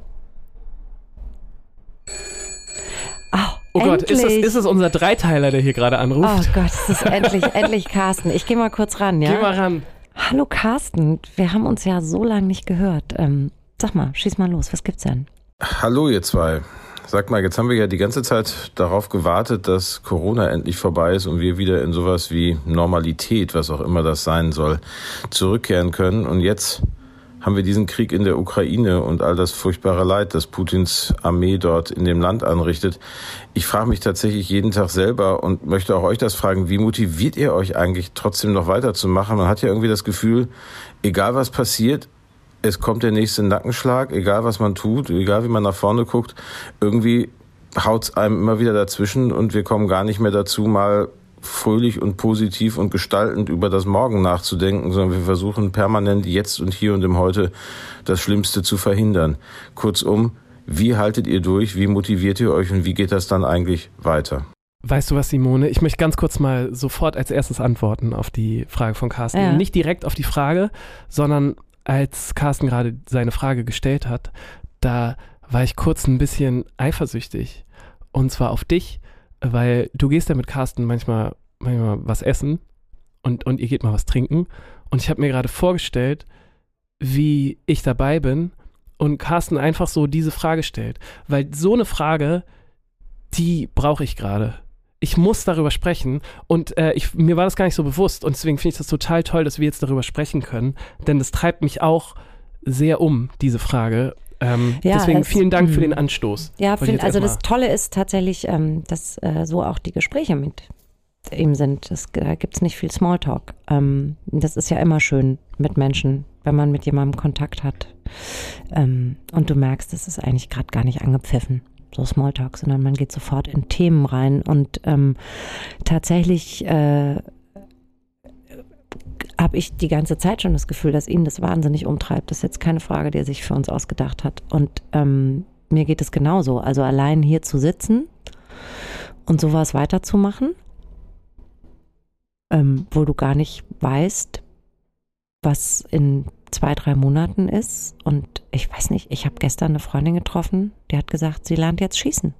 Oh Gott, endlich. ist es unser Dreiteiler, der hier gerade Oh anruft? Gott, es ist endlich Carsten. Ich gehe mal kurz ran, ja? Geh mal ran. Hallo Carsten, wir haben uns ja so lange nicht gehört. Sag mal, schieß mal los, was gibt's denn? Hallo ihr zwei. Sag mal, jetzt haben wir ja die ganze Zeit darauf gewartet, dass Corona endlich vorbei ist und wir wieder in sowas wie Normalität, was auch immer das sein soll, zurückkehren können. Und jetzt haben wir diesen Krieg in der Ukraine und all das furchtbare Leid, das Putins Armee dort in dem Land anrichtet. Ich frage mich tatsächlich jeden Tag selber und möchte auch euch das fragen, wie motiviert ihr euch eigentlich trotzdem noch weiterzumachen? Man hat ja irgendwie das Gefühl, egal was passiert, es kommt der nächste Nackenschlag, egal was man tut, egal wie man nach vorne guckt, irgendwie haut's einem immer wieder dazwischen und wir kommen gar nicht mehr dazu, mal fröhlich und positiv und gestaltend über das Morgen nachzudenken, sondern wir versuchen permanent jetzt und hier und im Heute das Schlimmste zu verhindern. Kurzum, wie haltet ihr durch, wie motiviert ihr euch und wie geht das dann eigentlich weiter? Weißt du was, Simone? Ich möchte ganz kurz mal sofort als erstes antworten auf die Frage von Carsten. Ja. Nicht direkt auf die Frage, sondern als Carsten gerade seine Frage gestellt hat, da war ich kurz ein bisschen eifersüchtig. Und zwar auf dich, weil du gehst ja mit Carsten manchmal was essen und ihr geht mal was trinken. Und ich habe mir gerade vorgestellt, wie ich dabei bin und Carsten einfach so diese Frage stellt. Weil so eine Frage, die brauche ich gerade. Ich muss darüber sprechen und mir war das gar nicht so bewusst und deswegen finde ich das total toll, dass wir jetzt darüber sprechen können, denn das treibt mich auch sehr diese Frage. Deswegen vielen Dank für den Anstoß. Ja, Wollte ich jetzt also das erstmal- Tolle ist tatsächlich, dass so auch die Gespräche mit ihm sind. Da gibt es nicht viel Smalltalk. Das ist ja immer schön mit Menschen, wenn man mit jemandem Kontakt hat. Und du merkst, das ist eigentlich gerade gar nicht angepfiffen, so Smalltalk, sondern man geht sofort in Themen rein. Und tatsächlich habe ich die ganze Zeit schon das Gefühl, dass ihn das wahnsinnig umtreibt. Das ist jetzt keine Frage, die er sich für uns ausgedacht hat. Und mir geht es genauso. Also allein hier zu sitzen und sowas weiterzumachen, wo du gar nicht weißt, was in 2-3 Monaten ist. Und ich weiß nicht, ich habe gestern eine Freundin getroffen, die hat gesagt, sie lernt jetzt schießen.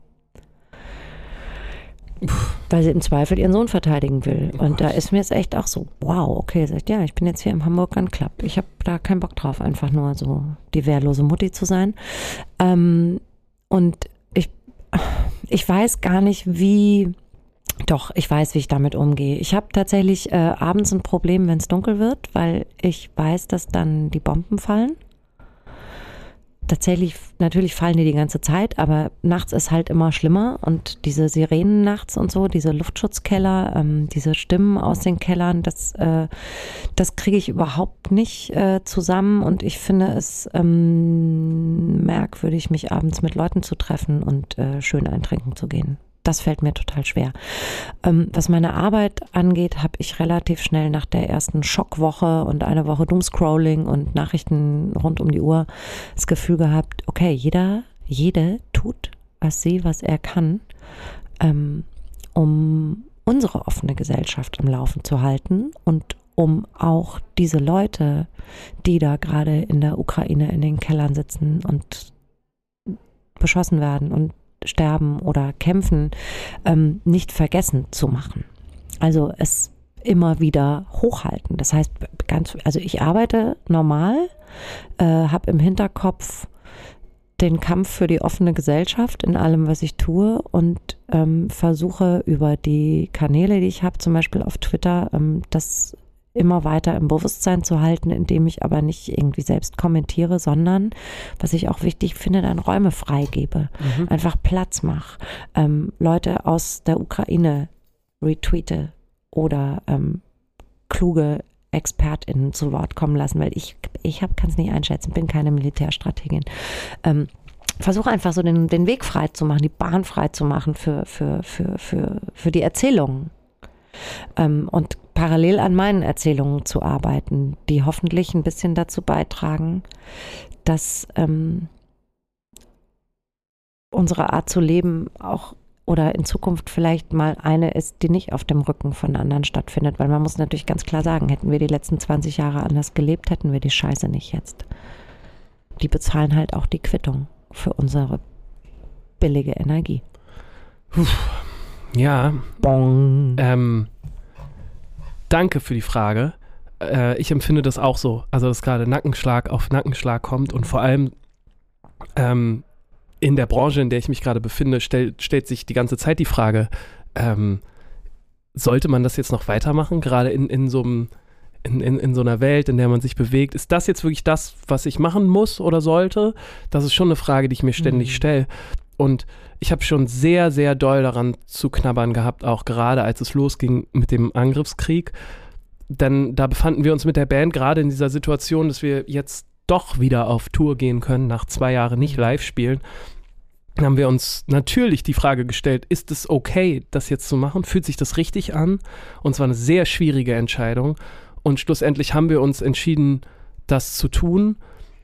Weil sie im Zweifel ihren Sohn verteidigen will. Und da ist mir jetzt echt auch so, wow, okay, sagt, ja, ich bin jetzt hier im Hamburg Gun Club. Ich habe da keinen Bock drauf, einfach nur so die wehrlose Mutti zu sein. Und ich weiß gar nicht, ich weiß, wie ich damit umgehe. Ich habe tatsächlich abends ein Problem, wenn es dunkel wird, weil ich weiß, dass dann die Bomben fallen. tatsächlich, natürlich fallen die ganze Zeit, aber nachts ist halt immer schlimmer und diese Sirenen nachts und so, diese Luftschutzkeller, diese Stimmen aus den Kellern, das kriege ich überhaupt nicht zusammen und ich finde es merkwürdig, mich abends mit Leuten zu treffen und schön eintrinken zu gehen. Das fällt mir total schwer. Was meine Arbeit angeht, habe ich relativ schnell nach der ersten Schockwoche und eine Woche Doomscrolling und Nachrichten rund um die Uhr das Gefühl gehabt, okay, jede tut, was er kann, um unsere offene Gesellschaft am Laufen zu halten und um auch diese Leute, die da gerade in der Ukraine in den Kellern sitzen und beschossen werden und sterben oder kämpfen, nicht vergessen zu machen. Also es immer wieder hochhalten. Das heißt, also ich arbeite normal, habe im Hinterkopf den Kampf für die offene Gesellschaft in allem, was ich tue und versuche über die Kanäle, die ich habe, zum Beispiel auf Twitter, das immer weiter im Bewusstsein zu halten, indem ich aber nicht irgendwie selbst kommentiere, sondern, was ich auch wichtig finde, dann Räume freigebe, einfach Platz mache, Leute aus der Ukraine retweete oder kluge ExpertInnen zu Wort kommen lassen, weil ich kann es nicht einschätzen, bin keine Militärstrategin. Versuche einfach so den Weg frei zu machen, die Bahn frei zu machen für die Erzählungen. Und parallel an meinen Erzählungen zu arbeiten, die hoffentlich ein bisschen dazu beitragen, dass unsere Art zu leben auch oder in Zukunft vielleicht mal eine ist, die nicht auf dem Rücken von anderen stattfindet. Weil man muss natürlich ganz klar sagen, hätten wir die letzten 20 Jahre anders gelebt, hätten wir die Scheiße nicht jetzt. Die bezahlen halt auch die Quittung für unsere billige Energie. Ja. Bong. Danke für die Frage. Ich empfinde das auch so. Also, dass gerade Nackenschlag auf Nackenschlag kommt und vor allem in der Branche, in der ich mich gerade befinde, stellt sich die ganze Zeit die Frage, sollte man das jetzt noch weitermachen, gerade in so einer Welt, in der man sich bewegt? Ist das jetzt wirklich das, was ich machen muss oder sollte? Das ist schon eine Frage, die ich mir ständig stelle. Und ich habe schon sehr, sehr doll daran zu knabbern gehabt, auch gerade als es losging mit dem Angriffskrieg. Denn da befanden wir uns mit der Band gerade in dieser Situation, dass wir jetzt doch wieder auf Tour gehen können, nach 2 Jahren nicht live spielen. Dann haben wir uns natürlich die Frage gestellt, ist es okay, das jetzt zu machen? Fühlt sich das richtig an? Und es war eine sehr schwierige Entscheidung. Und schlussendlich haben wir uns entschieden, das zu tun.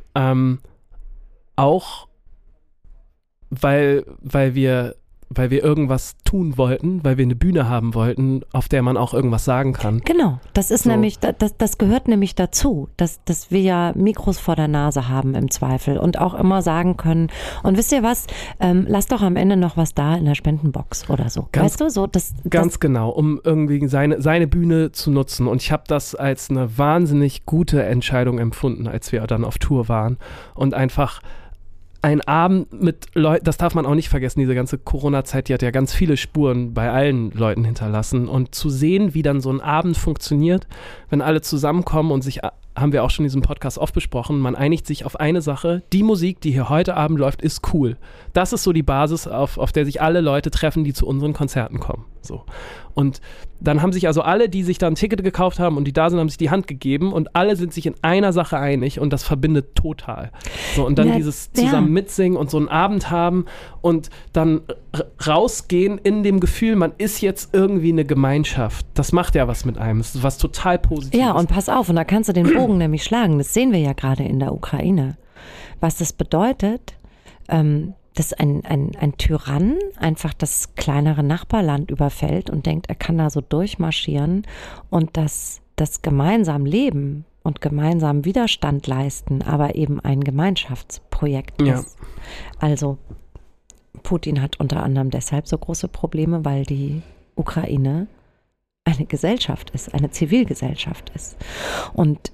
Auch weil wir irgendwas tun wollten, weil wir eine Bühne haben wollten, auf der man auch irgendwas sagen kann. Genau, das ist so. Nämlich, das gehört nämlich dazu, dass wir ja Mikros vor der Nase haben im Zweifel und auch immer sagen können, und wisst ihr was, lass doch am Ende noch was da in der Spendenbox oder so. Weißt du, so ganz genau, um irgendwie seine Bühne zu nutzen. Und ich habe das als eine wahnsinnig gute Entscheidung empfunden, als wir dann auf Tour waren und einfach ein Abend mit Leuten, das darf man auch nicht vergessen, diese ganze Corona-Zeit, die hat ja ganz viele Spuren bei allen Leuten hinterlassen. Und zu sehen, wie dann so ein Abend funktioniert, wenn alle zusammenkommen und sich, haben wir auch schon in diesem Podcast oft besprochen, man einigt sich auf eine Sache, die Musik, die hier heute Abend läuft, ist cool. Das ist so die Basis, auf der sich alle Leute treffen, die zu unseren Konzerten kommen. So. Und dann haben sich also alle, die sich da ein Ticket gekauft haben und die da sind, haben sich die Hand gegeben und alle sind sich in einer Sache einig und das verbindet total. So, und dann dieses zusammen mitsingen und so einen Abend haben und dann rausgehen in dem Gefühl, man ist jetzt irgendwie eine Gemeinschaft. Das macht ja was mit einem. Das ist was total Positives. Ja, und pass auf, und da kannst du den Bogen nämlich schlagen. Das sehen wir ja gerade in der Ukraine. Was das bedeutet, dass ein Tyrann einfach das kleinere Nachbarland überfällt und denkt, er kann da so durchmarschieren und dass das gemeinsam Leben und gemeinsam Widerstand leisten, aber eben ein Gemeinschaftsprojekt ist. Also Putin hat unter anderem deshalb so große Probleme, weil die Ukraine eine Gesellschaft ist, eine Zivilgesellschaft ist. Und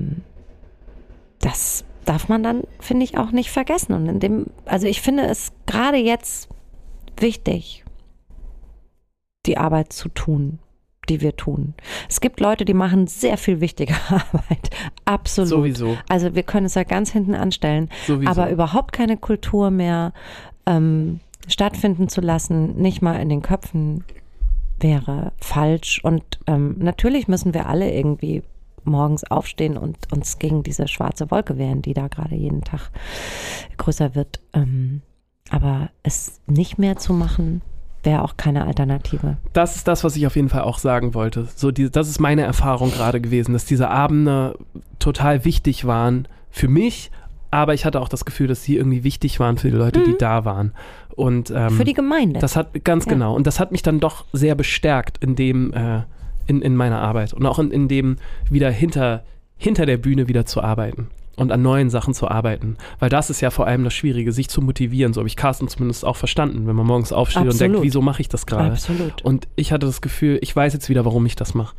das darf man dann, finde ich, auch nicht vergessen. Und also ich finde es gerade jetzt wichtig, die Arbeit zu tun, die wir tun. Es gibt Leute, die machen sehr viel wichtige Arbeit. Absolut. Sowieso. Also wir können es ja ganz hinten anstellen, Sowieso. aber überhaupt keine Kultur mehr stattfinden zu lassen, nicht mal in den Köpfen, wäre falsch. Und natürlich müssen wir alle irgendwie morgens aufstehen und uns gegen diese schwarze Wolke wehren, die da gerade jeden Tag größer wird. Aber es nicht mehr zu machen, wäre auch keine Alternative. Das ist das, was ich auf jeden Fall auch sagen wollte. So das ist meine Erfahrung gerade gewesen, dass diese Abende total wichtig waren für mich, aber ich hatte auch das Gefühl, dass sie irgendwie wichtig waren für die Leute, die da waren. Und, für die Gemeinde. Das hat, ganz genau. Und das hat mich dann doch sehr bestärkt in dem, in meiner Arbeit und auch in dem wieder hinter der Bühne wieder zu arbeiten. Und an neuen Sachen zu arbeiten. Weil das ist ja vor allem das Schwierige, sich zu motivieren. So habe ich Carsten zumindest auch verstanden, wenn man morgens aufsteht und denkt, wieso mache ich das gerade? Absolut. Und ich hatte das Gefühl, ich weiß jetzt wieder, warum ich das mache.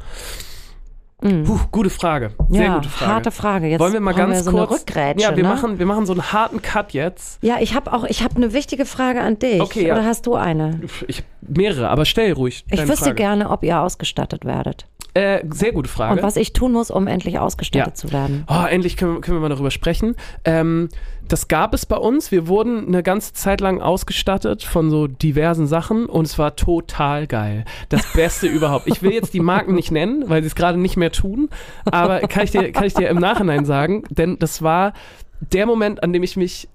Gute Frage. Sehr gute Frage. Harte Frage. Jetzt wollen wir mal ganz so kurz. Eine Rückgrätsche, ja, wir machen so einen harten Cut jetzt. Ja, ich habe eine wichtige Frage an dich. Okay, Oder hast du eine? Mehrere, aber stell ruhig. Ich wüsste gerne, ob ihr ausgestattet werdet. Sehr gute Frage. Und was ich tun muss, um endlich ausgestattet zu werden. Oh, endlich können wir mal darüber sprechen. Das gab es bei uns. Wir wurden eine ganze Zeit lang ausgestattet von so diversen Sachen und es war total geil. Das Beste überhaupt. Ich will jetzt die Marken nicht nennen, weil sie es gerade nicht mehr tun, aber kann ich dir im Nachhinein sagen, denn das war der Moment, an dem ich mich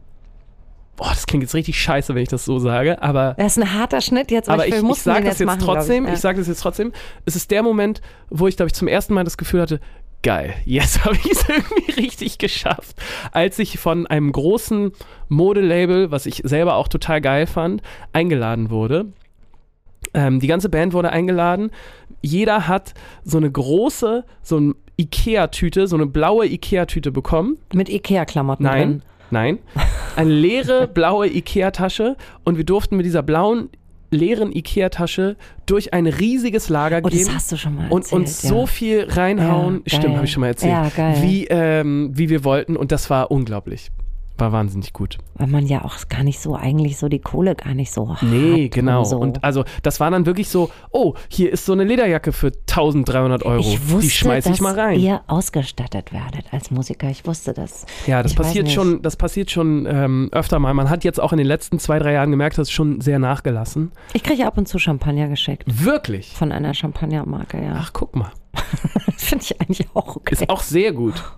das klingt jetzt richtig scheiße, wenn ich das so sage, aber... Das ist ein harter Schnitt jetzt, aber ich sage das jetzt trotzdem, es ist der Moment, wo ich, glaube ich, zum ersten Mal das Gefühl hatte, geil, jetzt habe ich es irgendwie richtig geschafft. Als ich von einem großen Modelabel, was ich selber auch total geil fand, eingeladen wurde. Die ganze Band wurde eingeladen. Jeder hat so eine große, so eine Ikea-Tüte, so eine blaue Ikea-Tüte bekommen. Mit Ikea-Klamotten drin. Nein, eine leere blaue Ikea-Tasche und wir durften mit dieser blauen, leeren Ikea-Tasche durch ein riesiges Lager gehen. Das hast du schon mal erzählt. Und uns so viel reinhauen, stimmt, habe ich schon mal erzählt, wie wir wollten und das war unglaublich. War wahnsinnig gut. Weil man ja auch gar nicht so, eigentlich so die Kohle gar nicht so hat. Nee, genau. So. Und also das war dann wirklich so, oh, hier ist so eine Lederjacke für 1.300 €. Die schmeiße ich mal rein. Dass ihr ausgestattet werdet als Musiker. Ich wusste das. Ja, das passiert schon öfter mal. Man hat jetzt auch in den letzten 2-3 Jahren gemerkt, das ist schon sehr nachgelassen. Ich kriege ab und zu Champagner geschickt. Wirklich? Von einer Champagnermarke, ja. Ach, guck mal. Das finde ich eigentlich auch okay. Ist auch sehr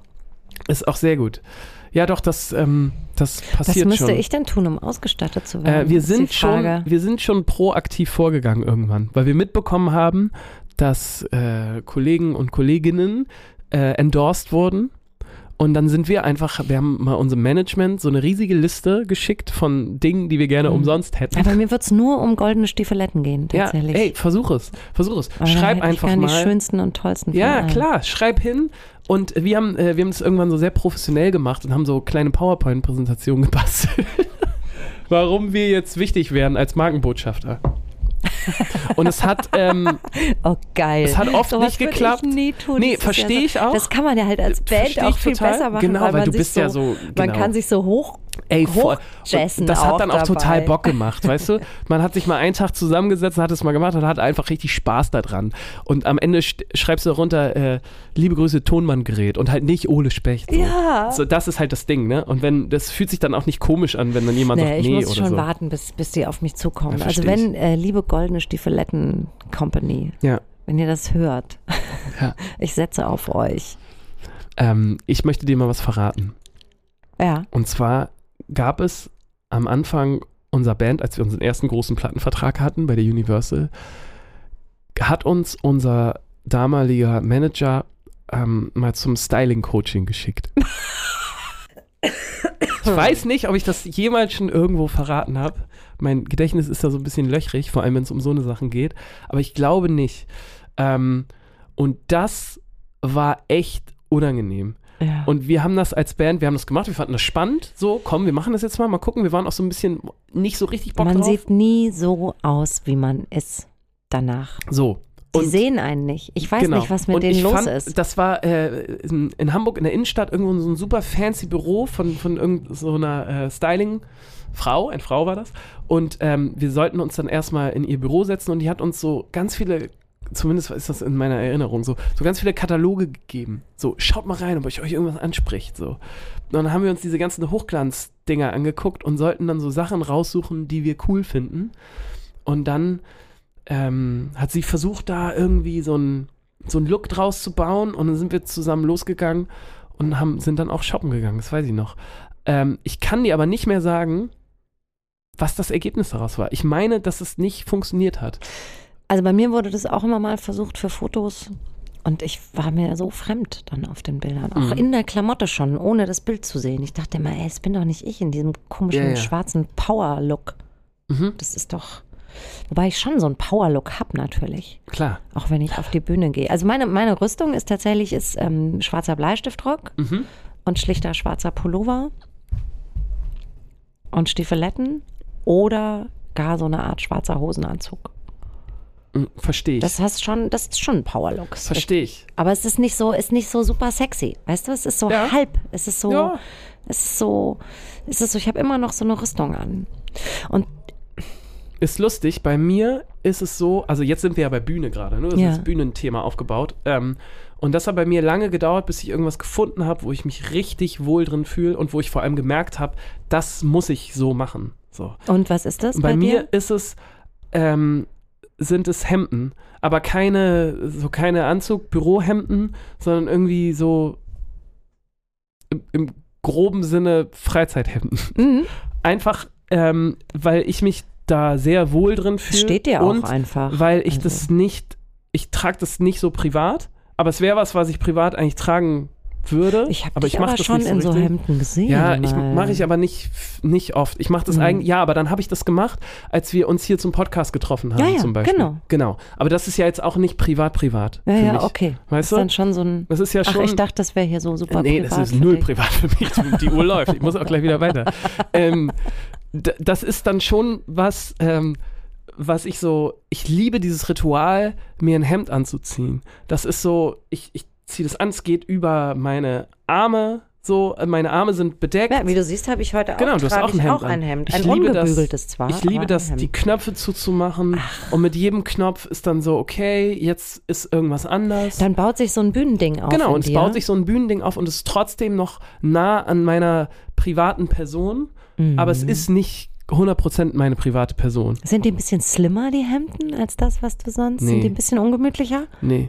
gut. Ja, doch, das passiert schon. Was müsste ich denn tun, um ausgestattet zu werden? Wir sind schon proaktiv vorgegangen irgendwann, weil wir mitbekommen haben, dass Kollegen und Kolleginnen endorsed wurden. Und dann wir haben mal unserem Management so eine riesige Liste geschickt von Dingen, die wir gerne umsonst hätten. Aber mir wird es nur um goldene Stiefeletten gehen, tatsächlich. Ja, ey, versuch es. Aber Schreib einfach mal. Die schönsten und tollsten von allen. Klar, schreib hin. Und wir haben das irgendwann so sehr professionell gemacht und haben so kleine PowerPoint-Präsentationen gebastelt, warum wir jetzt wichtig werden als Markenbotschafter. Und es hat oh geil. Es hat oft nicht geklappt. Ich nie tun. Nee, verstehe ich auch. Das kann man ja halt als Band auch viel besser machen. Genau, weil du bist ja so. Man kann sich so hochjazzen. Das hat dann auch dabei. total Bock gemacht, weißt du? Man hat sich mal einen Tag zusammengesetzt, hat es mal gemacht und hat einfach richtig Spaß daran. Und am Ende schreibst du runter, liebe Grüße, Tonbandgerät und halt nicht Ole Specht. So. Ja. So, das ist halt das Ding, ne? Und das fühlt sich dann auch nicht komisch an, wenn dann jemand sagt, nee oder so. Ich muss schon warten, bis die auf mich zukommen. Ja, also wenn, liebe Goldene Stiefeletten Company, wenn ihr das hört, ich setze auf euch. Ich möchte dir mal was verraten. Ja. Und zwar gab es am Anfang unserer Band, als wir unseren ersten großen Plattenvertrag hatten bei der Universal, hat uns unser damaliger Manager mal zum Styling-Coaching geschickt. Ich weiß nicht, ob ich das jemals schon irgendwo verraten habe. Mein Gedächtnis ist da so ein bisschen löchrig, vor allem wenn es um so eine Sachen geht. Aber ich glaube nicht. Und das war echt unangenehm. Ja. Und wir haben das als Band, wir haben das gemacht, wir fanden das spannend. So, komm, wir machen das jetzt mal gucken. Wir waren auch so ein bisschen nicht so richtig Bock drauf. Man sieht nie so aus, wie man ist danach. So. Die sehen einen nicht. Ich weiß nicht, was mit denen los ist. Das war in Hamburg in der Innenstadt irgendwo so ein super fancy Büro von irgendeiner so Styling-Frau. Eine Frau war das. Und wir sollten uns dann erstmal in ihr Büro setzen und die hat uns so ganz viele zumindest ist das in meiner Erinnerung so ganz viele Kataloge gegeben. So, schaut mal rein, ob euch irgendwas anspricht. So. Und dann haben wir uns diese ganzen Hochglanzdinger angeguckt und sollten dann so Sachen raussuchen, die wir cool finden. Und dann hat sie versucht, da irgendwie so einen Look draus zu bauen und dann sind wir zusammen losgegangen und sind dann auch shoppen gegangen, das weiß ich noch. Ich kann dir aber nicht mehr sagen, was das Ergebnis daraus war. Ich meine, dass es nicht funktioniert hat. Also bei mir wurde das auch immer mal versucht für Fotos und ich war mir so fremd dann auf den Bildern. Auch in der Klamotte schon, ohne das Bild zu sehen. Ich dachte immer, das bin doch nicht ich in diesem komischen schwarzen Power-Look. Das ist doch... Wobei ich schon so einen Power-Look habe natürlich. Klar. Auch wenn ich auf die Bühne gehe. Also meine Rüstung ist tatsächlich schwarzer Bleistiftrock und schlichter schwarzer Pullover und Stiefeletten oder gar so eine Art schwarzer Hosenanzug. Verstehe ich. Das ist schon ein Power-Look. Verstehe ich. Aber es ist nicht so super sexy. Weißt du, es ist so halb. Es ist so, ich habe immer noch so eine Rüstung an. Und ist lustig, bei mir ist es so, also jetzt sind wir ja bei Bühne gerade, ne? Das ist das Bühnenthema aufgebaut. Und das hat bei mir lange gedauert, bis ich irgendwas gefunden habe, wo ich mich richtig wohl drin fühle und wo ich vor allem gemerkt habe, das muss ich so machen. So. Und was ist das bei mir dir? Ist es, sind es Hemden, aber keine Anzug-Bürohemden, sondern irgendwie so im groben Sinne Freizeithemden. Einfach, weil ich mich da sehr wohl drin fühle. Steht dir auch und einfach. Weil ich ich trage das nicht so privat, aber es wäre was ich privat eigentlich tragen würde. Ich habe aber dich ich aber schon in so Hemden gesehen. Ja, mache ich aber nicht oft. Ich mache das eigentlich, aber dann habe ich das gemacht, als wir uns hier zum Podcast getroffen haben zum Beispiel. Genau. Aber das ist ja jetzt auch nicht privat. Ja, mich. Okay. Weißt du? Dann schon so ein, das ist ja schon, ich dachte, das wäre hier so super privat. Nee, das ist null privat für mich. Die Uhr läuft. Ich muss auch gleich wieder weiter. Das ist dann schon was ich liebe dieses Ritual, mir ein Hemd anzuziehen. Das ist so, ich ziehe das an, es geht über meine Arme, so, meine Arme sind bedeckt. Ja, wie du siehst, habe ich heute du hast auch ein Hemd. Ein ungebügeltes zwar. Ich liebe das, die Knöpfe zuzumachen und mit jedem Knopf ist dann so, okay, jetzt ist irgendwas anders. Dann baut sich so ein Bühnending auf. Genau, und es baut sich so ein Bühnending auf und es ist trotzdem noch nah an meiner privaten Person, aber es ist nicht 100% meine private Person. Sind die ein bisschen slimmer, die Hemden, als das, was du sonst? Nee. Sind die ein bisschen ungemütlicher? Nee,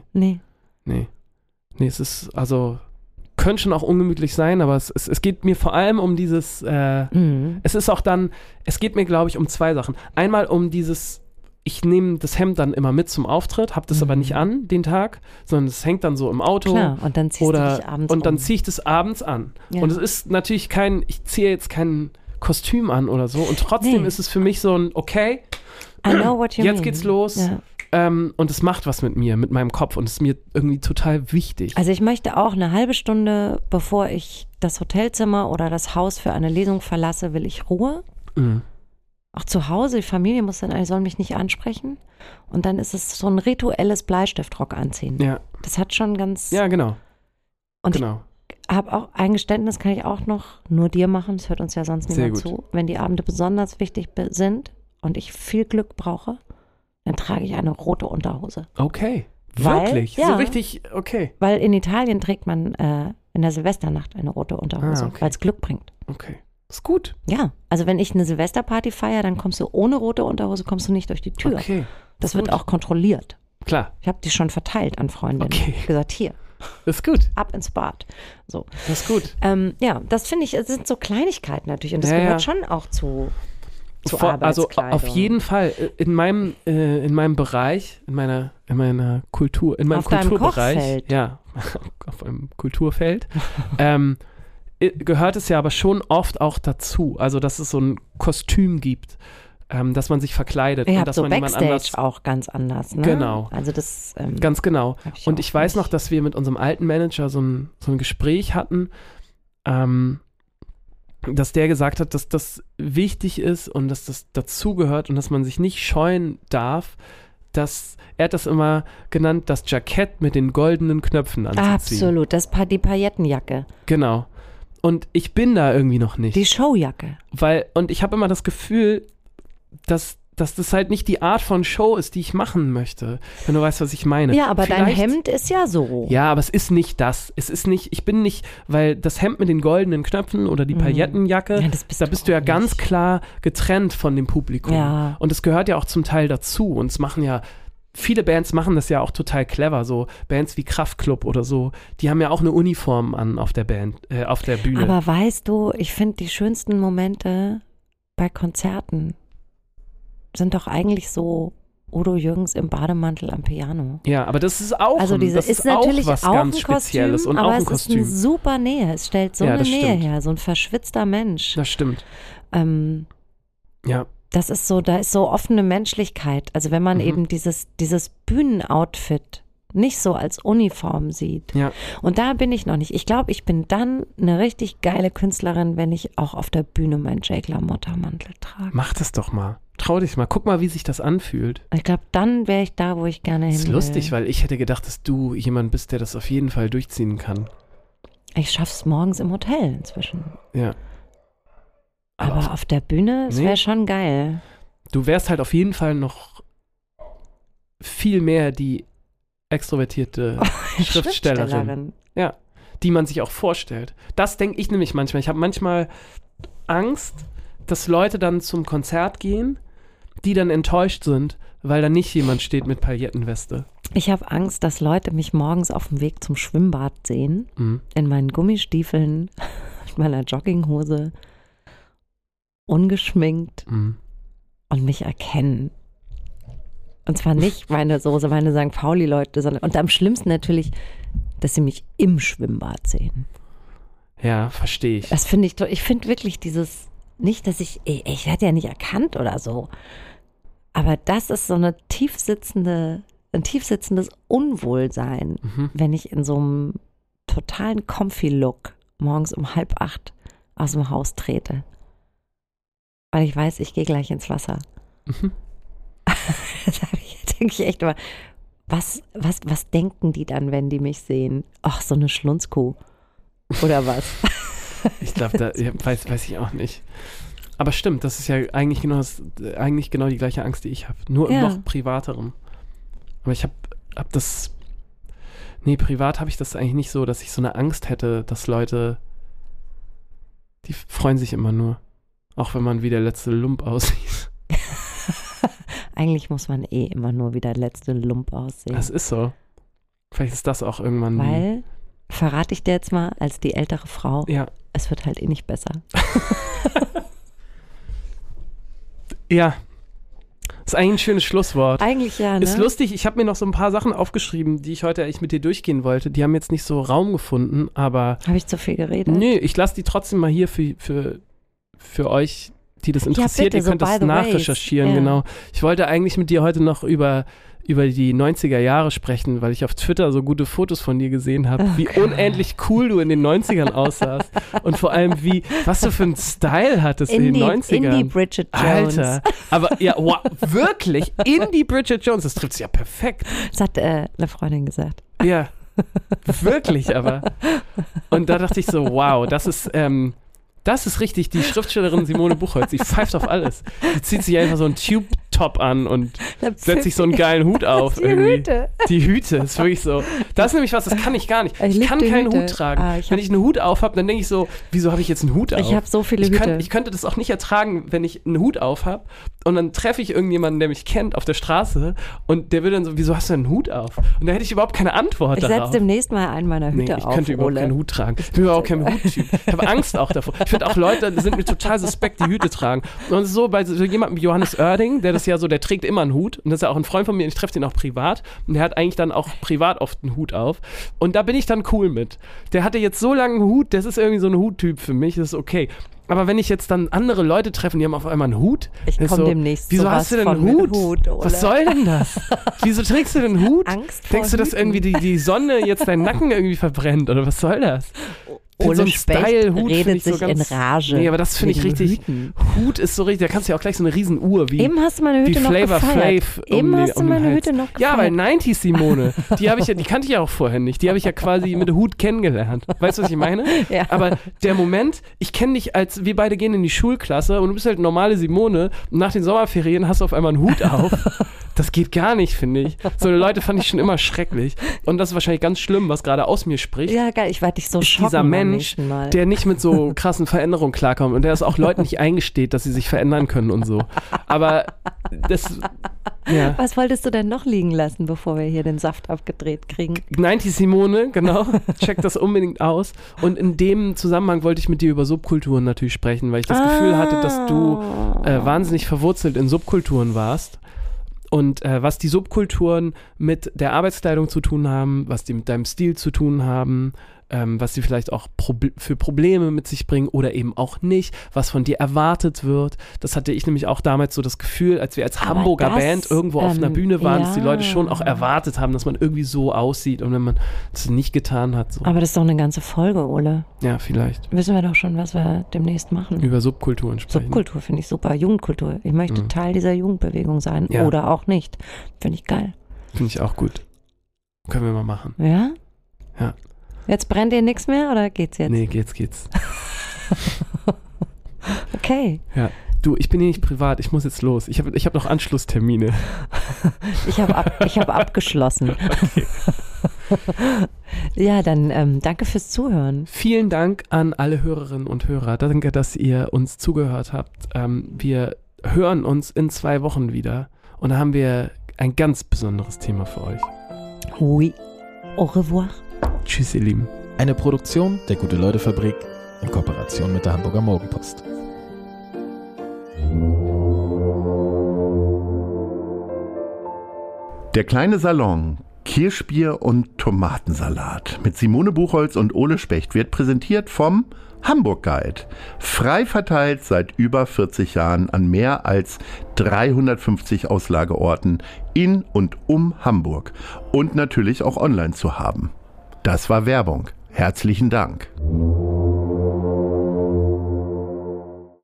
es ist, also, könnte schon auch ungemütlich sein, aber es geht mir vor allem um dieses, es ist auch dann, es geht mir, glaube ich, um zwei Sachen. Einmal um dieses, ich nehme das Hemd dann immer mit zum Auftritt, habe das aber nicht an, den Tag, sondern es hängt dann so im Auto. Klar, und dann ziehst du dich abends und dann ziehe ich das abends an. Ja. Und es ist natürlich ich ziehe jetzt kein Kostüm an oder so und trotzdem ist es für mich so ein, okay, I know what you jetzt mean. geht's los. Ja. Und es macht was mit mir, mit meinem Kopf und es ist mir irgendwie total wichtig. Also ich möchte auch eine halbe Stunde, bevor ich das Hotelzimmer oder das Haus für eine Lesung verlasse, will ich Ruhe. Auch zu Hause, die Familie soll mich nicht ansprechen. Und dann ist es so ein rituelles Bleistiftrock anziehen. Ja. Das hat schon ganz... Ja, genau. Und ich habe auch ein Geständnis, kann ich auch noch nur dir machen, das hört uns ja sonst niemand zu. Wenn die Abende besonders wichtig sind und ich viel Glück brauche, dann trage ich eine rote Unterhose. Okay, wirklich? Ja, so richtig, okay. Weil in Italien trägt man in der Silvesternacht eine rote Unterhose, weil es Glück bringt. Okay, ist gut. Ja, also wenn ich eine Silvesterparty feiere, dann kommst du ohne rote Unterhose, kommst du nicht durch die Tür. Okay. Das wird auch kontrolliert. Klar. Ich habe die schon verteilt an Freundinnen. Okay. Gesagt, hier. Das ist gut. Ab ins Bad. So. Das ist gut. Ja, das finde ich, das sind so Kleinigkeiten natürlich und das gehört schon auch zu Arbeitskleidung. Also auf jeden Fall in meinem Bereich, in meiner Kultur, in meinem auf Kulturbereich, Kochfeld. Ja, auf einem Kulturfeld, gehört es ja aber schon oft auch dazu, also dass es so ein Kostüm gibt, dass man sich verkleidet. Ihr und habt dass so man Backstage jemand anders auch ganz anders, ne? Genau. Also das ganz genau. Und ich weiß nicht. noch, dass wir mit unserem alten Manager so ein Gespräch hatten, dass der gesagt hat, dass das wichtig ist und dass das dazugehört und dass man sich nicht scheuen darf, er hat das immer genannt, das Jackett mit den goldenen Knöpfen anzuziehen. Absolut, die Paillettenjacke. Genau. Und ich bin da irgendwie noch nicht. Die Showjacke. Und ich habe immer das Gefühl, dass dass das halt nicht die Art von Show ist, die ich machen möchte, wenn du weißt, was ich meine. Ja, aber dein Hemd ist ja so. Ja, aber es ist nicht das. Es ist nicht, ich bin nicht, weil das Hemd mit den goldenen Knöpfen oder die Paillettenjacke, da bist du ja ganz klar getrennt von dem Publikum. Ja. Und es gehört ja auch zum Teil dazu. Und es machen ja, viele Bands machen das ja auch total clever. So Bands wie Kraftklub oder so, die haben ja auch eine Uniform an auf der Bühne. Aber weißt du, ich finde die schönsten Momente bei Konzerten sind doch eigentlich so Udo Jürgens im Bademantel am Piano. Ja, aber das ist auch, also das ist natürlich auch was auch ganz ein Kostüm, Spezielles und aber auch ein es Kostüm. ist eine super Nähe. Es stellt so eine das Nähe stimmt. her, so ein verschwitzter Mensch. Das stimmt. Ja. Das ist so, da ist so offene Menschlichkeit. Also wenn man eben dieses Bühnenoutfit nicht so als Uniform sieht. Ja. Und da bin ich noch nicht. Ich glaube, ich bin dann eine richtig geile Künstlerin, wenn ich auch auf der Bühne meinen Jake LaMotta-Mantel trage. Mach das doch mal. Trau dich mal. Guck mal, wie sich das anfühlt. Ich glaube, dann wäre ich da, wo ich gerne hin will. Das ist lustig, weil ich hätte gedacht, dass du jemand bist, der das auf jeden Fall durchziehen kann. Ich schaff's morgens im Hotel inzwischen. Ja. Aber auf der Bühne, das wäre schon geil. Du wärst halt auf jeden Fall noch viel mehr die extrovertierte Schriftstellerin. Ja, die man sich auch vorstellt. Das denke ich nämlich manchmal. Ich habe manchmal Angst, dass Leute dann zum Konzert gehen, die dann enttäuscht sind, weil da nicht jemand steht mit Paillettenweste. Ich habe Angst, dass Leute mich morgens auf dem Weg zum Schwimmbad sehen, in meinen Gummistiefeln, mit meiner Jogginghose, ungeschminkt und mich erkennen. Und zwar nicht meine St. Pauli-Leute, sondern und am schlimmsten natürlich, dass sie mich im Schwimmbad sehen. Ja, verstehe ich. Das finde ich finde wirklich dieses, nicht, dass ich werde ja nicht erkannt oder so, aber das ist so ein tiefsitzendes Unwohlsein, wenn ich in so einem totalen Comfy-Look morgens um 7:30 aus dem Haus trete. Weil ich weiß, ich gehe gleich ins Wasser. Da denke ich echt immer, was denken die dann, wenn die mich sehen? Ach, so eine Schlunzkuh. Oder was? Ich glaube, weiß ich auch nicht. Aber stimmt, das ist ja eigentlich genau die gleiche Angst, die ich habe. Nur im noch privaterem. Aber ich habe das. Nee, privat habe ich das eigentlich nicht so, dass ich so eine Angst hätte, dass Leute. Die freuen sich immer nur. Auch wenn man wie der letzte Lump aussieht. Eigentlich muss man immer nur wie der letzte Lump aussehen. Das ist so. Vielleicht ist das auch irgendwann. Weil, verrate ich dir jetzt mal, als die ältere Frau, es wird halt nicht besser. Ja. Das ist eigentlich ein schönes Schlusswort. Eigentlich ja, ne? Ist lustig, ich habe mir noch so ein paar Sachen aufgeschrieben, die ich heute eigentlich mit dir durchgehen wollte. Die haben jetzt nicht so Raum gefunden, aber... Habe ich zu viel geredet? Nee, ich lasse die trotzdem mal hier für euch, die das interessiert. Ihr könnt das nachrecherchieren, genau. Ich wollte eigentlich mit dir heute noch über die 90er Jahre sprechen, weil ich auf Twitter so gute Fotos von dir gesehen habe, wie unendlich cool du in den 90ern aussahst und vor allem was du für einen Style hattest in den 90ern. Indie Bridget Jones. Alter, aber ja, wow, wirklich, Indie Bridget Jones, das trifft sich ja perfekt. Das hat eine Freundin gesagt. Ja, wirklich aber. Und da dachte ich so, wow, das ist richtig die Schriftstellerin Simone Buchholz. Die pfeift auf alles. Die zieht sich einfach so einen Tube-Top an und setzt sich so einen geilen Hut auf. Die Hüte ist wirklich so. Das ist nämlich was, das kann ich gar nicht. Ich kann keinen Hut tragen. Wenn ich einen Hut auf habe, dann denke ich so, wieso habe ich jetzt einen Hut auf? Ich habe so viele Hüte. Ich könnte das auch nicht ertragen, wenn ich einen Hut auf habe und dann treffe ich irgendjemanden, der mich kennt auf der Straße und der will dann so, wieso hast du einen Hut auf? Und da hätte ich überhaupt keine Antwort darauf. Ich setze demnächst mal einen meiner Hüte auf. Ich könnte überhaupt keinen Hut tragen. Ich bin überhaupt kein Huttyp. Ich habe Angst auch davor. Ich finde auch Leute, die sind mir total suspekt, die Hüte tragen. Und so bei so jemandem wie Johannes Oerding, der trägt immer einen Hut und das ist ja auch ein Freund von mir und ich treffe den auch privat und der hat eigentlich dann auch privat oft einen Hut auf und da bin ich dann cool mit. Der hatte jetzt so lange einen Hut, das ist irgendwie so ein Huttyp für mich, das ist okay. Aber wenn ich jetzt dann andere Leute treffe und die haben auf einmal einen Hut, ich komme demnächst wieso hast du denn einen Hut? Was soll denn das? Wieso trägst du denn einen Hut? Angst vor Denkst du, dass irgendwie die Sonne jetzt deinen Nacken irgendwie verbrennt oder was soll das? Ole Specht Style-Hut redet ich so sich ganz, in Rage. Nee, aber das finde ich wegen richtig. Hüten. Hut ist so richtig, da kannst du ja auch gleich so eine riesen Uhr wie Eben hast du meine Hüte noch Flavor gefeiert. Flav Eben hast du den meine Hals. Hüte noch Ja, weil gefeiert. 90s Simone, die kannte ich ja auch vorher nicht. Die habe ich ja quasi mit Hut kennengelernt. Weißt du, was ich meine? Ja. Aber der Moment, ich kenne dich als, wir beide gehen in die Schulklasse und du bist halt normale Simone und nach den Sommerferien hast du auf einmal einen Hut auf. Das geht gar nicht, finde ich. So eine Leute fand ich schon immer schrecklich. Und das ist wahrscheinlich ganz schlimm, was gerade aus mir spricht. Ja, geil, ich werde dich so Ist schocken dieser beim Mensch, nächsten Mal. der nicht mit so krassen Veränderungen klarkommt und der es auch Leuten nicht eingesteht, dass sie sich verändern können und so. Aber das, ja. Was wolltest du denn noch liegen lassen, bevor wir hier den Saft abgedreht kriegen? 90 Simone, genau. Check das unbedingt aus. Und in dem Zusammenhang wollte ich mit dir über Subkulturen natürlich sprechen, weil ich das Gefühl hatte, dass du wahnsinnig verwurzelt in Subkulturen warst. Und was die Subkulturen mit der Arbeitskleidung zu tun haben, was die mit deinem Stil zu tun haben, was sie vielleicht auch für Probleme mit sich bringen oder eben auch nicht, was von dir erwartet wird. Das hatte ich nämlich auch damals so das Gefühl, als wir als Aber Hamburger das, Band irgendwo auf einer Bühne waren, ja. dass die Leute schon auch erwartet haben, dass man irgendwie so aussieht und wenn man das nicht getan hat. So. Aber das ist doch eine ganze Folge, Ole. Ja, vielleicht. Wissen wir doch schon, was wir demnächst machen. Über Subkulturen sprechen. Subkultur finde ich super. Jugendkultur. Ich möchte Teil dieser Jugendbewegung sein. Ja. Oder auch nicht. Finde ich geil. Finde ich auch gut. Können wir mal machen. Ja? Ja. Jetzt brennt dir nichts mehr oder geht's jetzt? Nee, geht's. Okay. Ja. Du, ich bin hier nicht privat, ich muss jetzt los. Ich hab noch Anschlusstermine. Ich hab abgeschlossen. Okay. Ja, dann danke fürs Zuhören. Vielen Dank an alle Hörerinnen und Hörer. Danke, dass ihr uns zugehört habt. Wir hören uns in 2 Wochen wieder und da haben wir ein ganz besonderes Thema für euch. Oui. Au revoir. Tschüss, ihr Lieben. Eine Produktion der Gute-Leute-Fabrik in Kooperation mit der Hamburger Morgenpost. Der kleine Salon, Kirschbier und Tomatensalat mit Simone Buchholz und Ole Specht wird präsentiert vom Hamburg Guide. Frei verteilt seit über 40 Jahren an mehr als 350 Auslageorten in und um Hamburg und natürlich auch online zu haben. Das war Werbung. Herzlichen Dank.